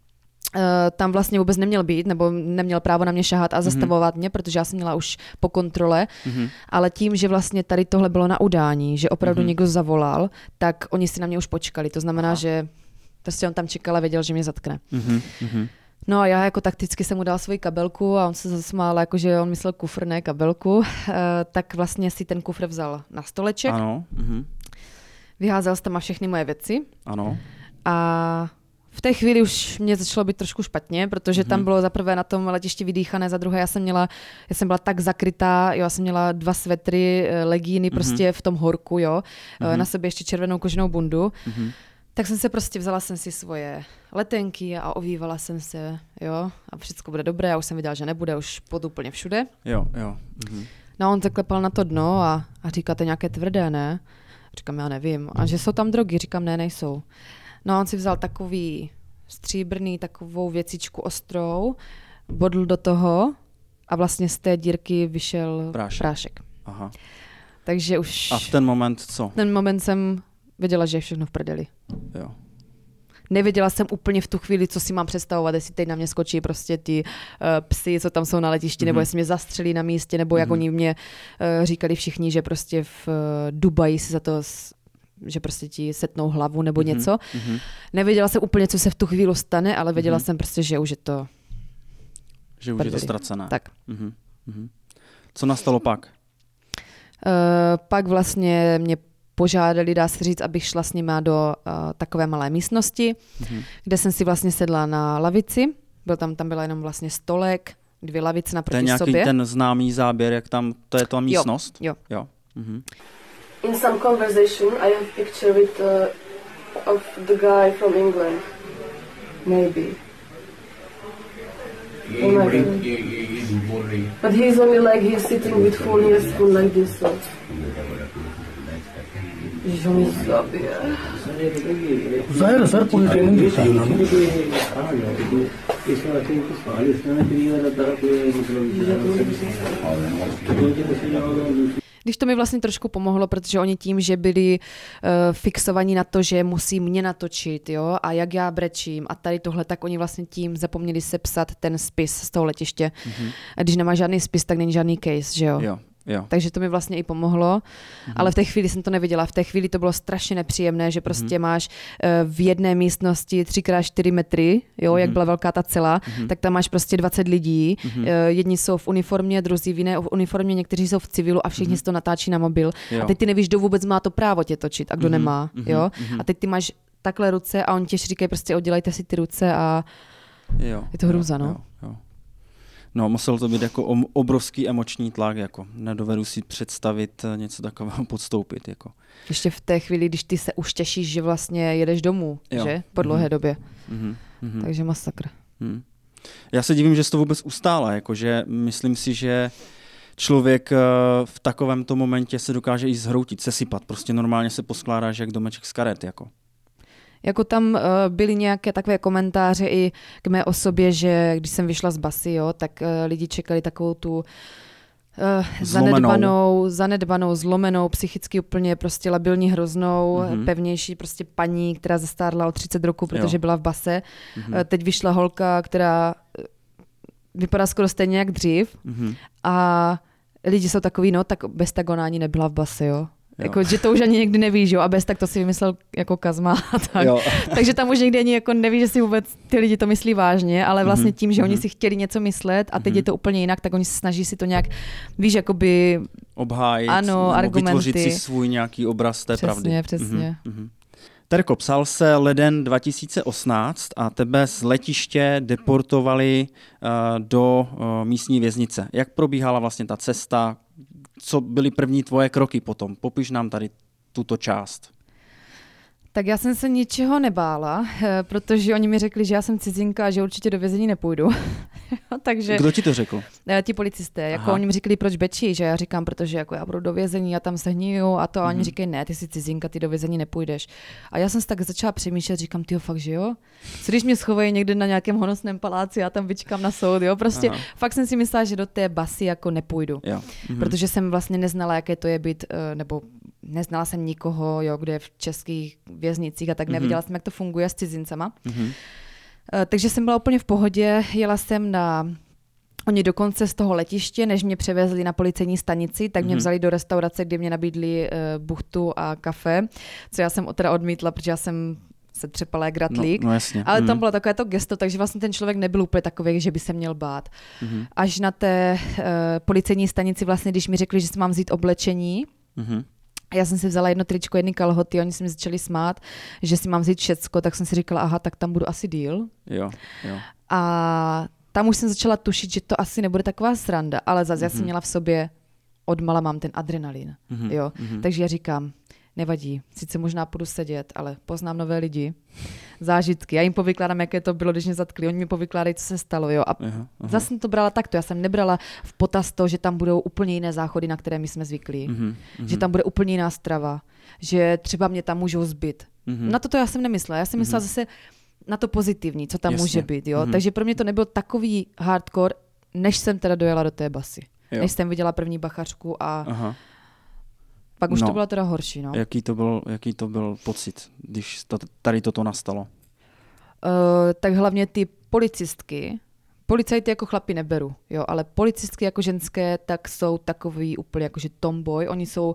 tam vlastně vůbec neměl být, nebo neměl právo na mě šahat a zastavovat mě, protože já jsem měla už po kontrole, ale tím, že vlastně tady tohle bylo na udání, že opravdu někdo zavolal, tak oni si na mě už počkali. To znamená, že prostě on tam čekal a věděl, že mě zatkne. No a já jako takticky jsem mu dal svoji kabelku a on se zasmál, jakože on myslel kufr, ne kabelku, tak vlastně si ten kufr vzal na stoleček, Ano. vyházel s tam všechny moje věci Ano. a v té chvíli už mě začalo být trošku špatně, protože tam bylo za prvé na tom letišti vydýchané, za druhé já jsem byla tak zakrytá, já jsem měla 2 svetry, legíny prostě v tom horku, jo, na sobě ještě červenou koženou bundu. Tak jsem se prostě, vzala jsem si svoje letenky a ovývala jsem se, jo, a všechno bude dobré, já už jsem viděla, že nebude, už pod úplně všude. Jo. No a on zaklepal na to dno a říká, to je nějaké tvrdé, ne? Říkám, já nevím. A že jsou tam drogy? Říkám, ne, nejsou. No a on si vzal takový stříbrný, takovou věcičku ostrou, bodl do toho a vlastně z té dírky vyšel prášek. Aha. Takže už... A v ten moment co? V ten moment jsem věděla, že je všechno v prdeli. Jo. Nevěděla jsem úplně v tu chvíli, co si mám představovat, jestli teď na mě skočí prostě ty psy, co tam jsou na letišti, nebo jestli mě zastřelí na místě, nebo jak oni mě říkali všichni, že prostě v Dubaji si za to, že prostě ti setnou hlavu nebo něco. Nevěděla jsem úplně, co se v tu chvíli stane, ale věděla jsem prostě, že už je to Že už je to ztracené. Tak. Co nastalo pak? Pak vlastně mě požádali, dá se říct, abych šla s nima do takové malé místnosti, kde jsem si vlastně sedla na lavici. Tam byla jenom vlastně stolek, 2 lavice naproti sobě. To je nějaký ten známý záběr, jak tam, to je ta místnost? Jo. In some conversation I have picture with of the guy from England. Maybe. But he's only like he's sitting with full spoon like this. So. ज़ाहिर है सर पूरी ट्रेनिंग देता है Když to mi vlastně trošku pomohlo, protože oni tím, že byli fixovaní na to, že musí mě natočit, jo, a jak já brečím a tady tohle, tak oni vlastně tím zapomněli sepsat ten spis z toho letiště. A když nemá žádný spis, tak není žádný case, že jo? Jo. Takže to mi vlastně i pomohlo, ale v té chvíli jsem to neviděla. V té chvíli to bylo strašně nepříjemné, že prostě máš v jedné místnosti 3x4 metry, jo, jak byla velká ta cela, tak tam máš prostě 20 lidí. Jedni jsou v uniformě, druzí v jiné uniformě, někteří jsou v civilu a všichni si to natáčí na mobil. Jo. A teď ty nevíš, kdo vůbec má to právo tě točit a kdo nemá, jo. A teď ty máš takhle ruce a oni ti říkají prostě oddělejte si ty ruce a je to hrůza, no. Jo. No, musel to být jako obrovský emoční tlak, jako nedovedu si představit něco takového podstoupit, jako. Ještě v té chvíli, když ty se už těšíš, že vlastně jedeš domů, že? Po dlouhé době. Takže masakr. Já se divím, že jsi to vůbec ustála, jakože myslím si, že člověk v takovémto momentě se dokáže i zhroutit, sesypat, prostě normálně se poskládáš jak domeček z karet, jako. Jako tam byly nějaké takové komentáře i k mé osobě, že když jsem vyšla z basy, jo, tak lidi čekali takovou tu zanedbanou, zlomenou, psychicky úplně prostě labilní, hroznou, pevnější prostě paní, která zestárla o 30 roku, protože byla v base. Teď vyšla holka, která vypadá skoro stejně jak dřív a lidi jsou takový, no, tak bez tak ona ani nebyla v base, jo. Jako, že to už ani někdy nevíš, jo, a bez tak to si vymyslel jako Kazma a tak. Takže tam už někdy ani jako nevíš, že si vůbec ty lidi to myslí vážně, ale vlastně tím, že oni si chtěli něco myslet a teď je to úplně jinak, tak oni se snaží si to nějak, víš, jakoby obhájit, ano, argumenty. Vytvořit si svůj nějaký obraz té pravdy. Přesně. Terko, psal se leden 2018 a tebe z letiště deportovali do místní věznice. Jak probíhala vlastně ta cesta? Co byly první tvoje kroky potom? Popiš nám tady tuto část. Tak já jsem se ničeho nebála, protože oni mi řekli, že já jsem cizinka a že určitě do vězení nepůjdu. Takže, kdo ti to řekl? Ti policisté. Jako oni mi říkali, proč Beči, že já říkám, protože jako já budu do vězení a tam se hniju a to. A oni říkají, ne, ty jsi cizinka, ty do vězení nepůjdeš. A já jsem si tak začala přemýšlet, říkám, tyjo, fakt, že jo? Co když mě schovají někde na nějakém honosném paláci, já tam vyčkám na soud, jo? Prostě fakt jsem si myslela, že do té basy jako nepůjdu. Protože jsem vlastně neznala, jaké to je být, nebo neznala jsem nikoho, jo, kde je v českých věznicích a tak nevěděla jsem, jak to funguje s cizincama. Takže jsem byla úplně v pohodě, jela jsem Oni dokonce z toho letiště, než mě převezli na policejní stanici, tak mě vzali do restaurace, kde mě nabídli buchtu a kafe, co já jsem teda odmítla, protože já jsem se třepala jak ratlík. No jasně. Ale tam bylo takové to gesto, takže vlastně ten člověk nebyl úplně takový, že by se měl bát. Až na té policejní stanici vlastně, když mi řekli, že si mám vzít oblečení, já jsem si vzala jedno tričko, jedny kalhoty, oni se mi začali smát, že si mám vzít všecko, tak jsem si říkala, aha, tak tam budu asi díl. Jo. A tam už jsem začala tušit, že to asi nebude taková sranda, ale zase já jsem měla v sobě, odmala mám ten adrenalin. Jo? Takže já říkám, nevadí, sice možná půjdu sedět, ale poznám nové lidi, zážitky. Já jim povykládám, jaké to bylo, když mě zatkli, oni mi povykládají, co se stalo. Jo? A zase jsem to brala takto, já jsem nebrala v potaz to, že tam budou úplně jiné záchody, na které my jsme zvyklí, že tam bude úplně jiná strava, že třeba mě tam můžou zbyt. Na to já jsem nemyslela, já jsem myslela zase na to pozitivní, co tam může být. Jo? Takže pro mě to nebyl takový hardcore, než jsem teda dojela do té basy. Jo. Než jsem viděla první bachařku a pak už to bylo teda horší. No. Jaký to byl pocit, když tady toto nastalo? Tak hlavně ty policistky, policajty jako chlapi neberu, jo, ale policistky jako ženské, tak jsou takový úplně jakože tomboy, oni jsou...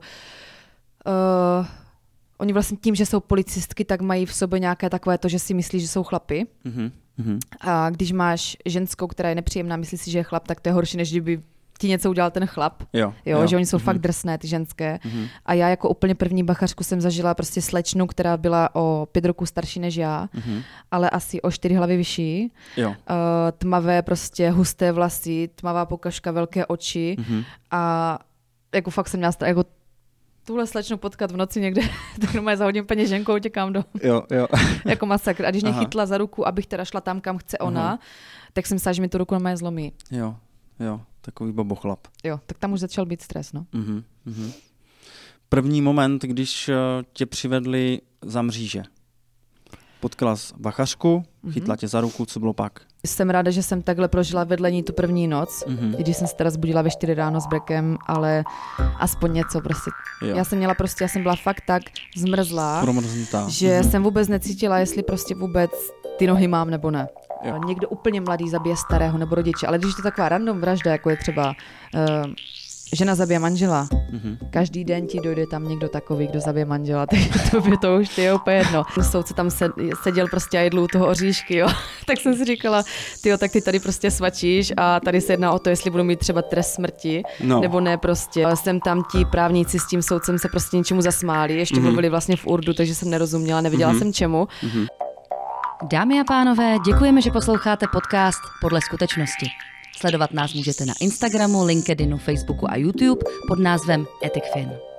Oni vlastně tím, že jsou policistky, tak mají v sobě nějaké takové to, že si myslí, že jsou chlapi. A když máš ženskou, která je nepříjemná, myslí si, že je chlap, tak to je horší, než kdyby ti něco udělal ten chlap. Jo, že oni jsou fakt drsné, ty ženské. A já jako úplně první bachařku jsem zažila prostě slečnu, která byla o 5 roků starší než já, ale asi o 4 hlavy vyšší. Tmavé prostě husté vlasy, tmavá pokažka, velké oči. A jako fakt jsem měla jako tuhle slečnu potkat v noci někde, tak normálně zahodím peněženkou, utěkám do... Jo. Jako masakr. A když mě chytla za ruku, abych teda šla tam, kam chce ona, tak jsem myslela, že mi tu ruku normálně zlomí. Jo, takový babochlap. Jo, tak tam už začal být stres, no. První moment, když tě přivedli za mříže. Potkala jsi bachařku, chytla tě za ruku, co bylo pak? Jsem ráda, že jsem takhle prožila vedle ní tu první noc, i když jsem se teda zbudila ve 4 ráno s brekem, ale aspoň něco prostě. Já jsem byla fakt tak zmrzlá, že jsem vůbec necítila, jestli prostě vůbec ty nohy mám nebo ne. Někdo úplně mladý zabije starého nebo rodiče, ale když je to taková random vražda, jako je třeba žena zabije manžela, každý den ti dojde tam někdo takový, kdo zabije manžela, tak to už je úplně jedno. Soudce tam seděl prostě a jedl u toho oříšky, jo. Tak jsem si říkala, tak ty tady prostě svačíš a tady se jedná o to, jestli budu mít třeba trest smrti, nebo ne prostě. Jsem tam ti právníci s tím soudcem se prostě něčemu zasmáli, ještě mluvili vlastně v urdu, takže jsem nerozuměla, nevěděla jsem čemu. Dámy a pánové, děkujeme, že posloucháte podcast Podle skutečnosti. Sledovat nás můžete na Instagramu, LinkedInu, Facebooku a YouTube pod názvem EthicFin.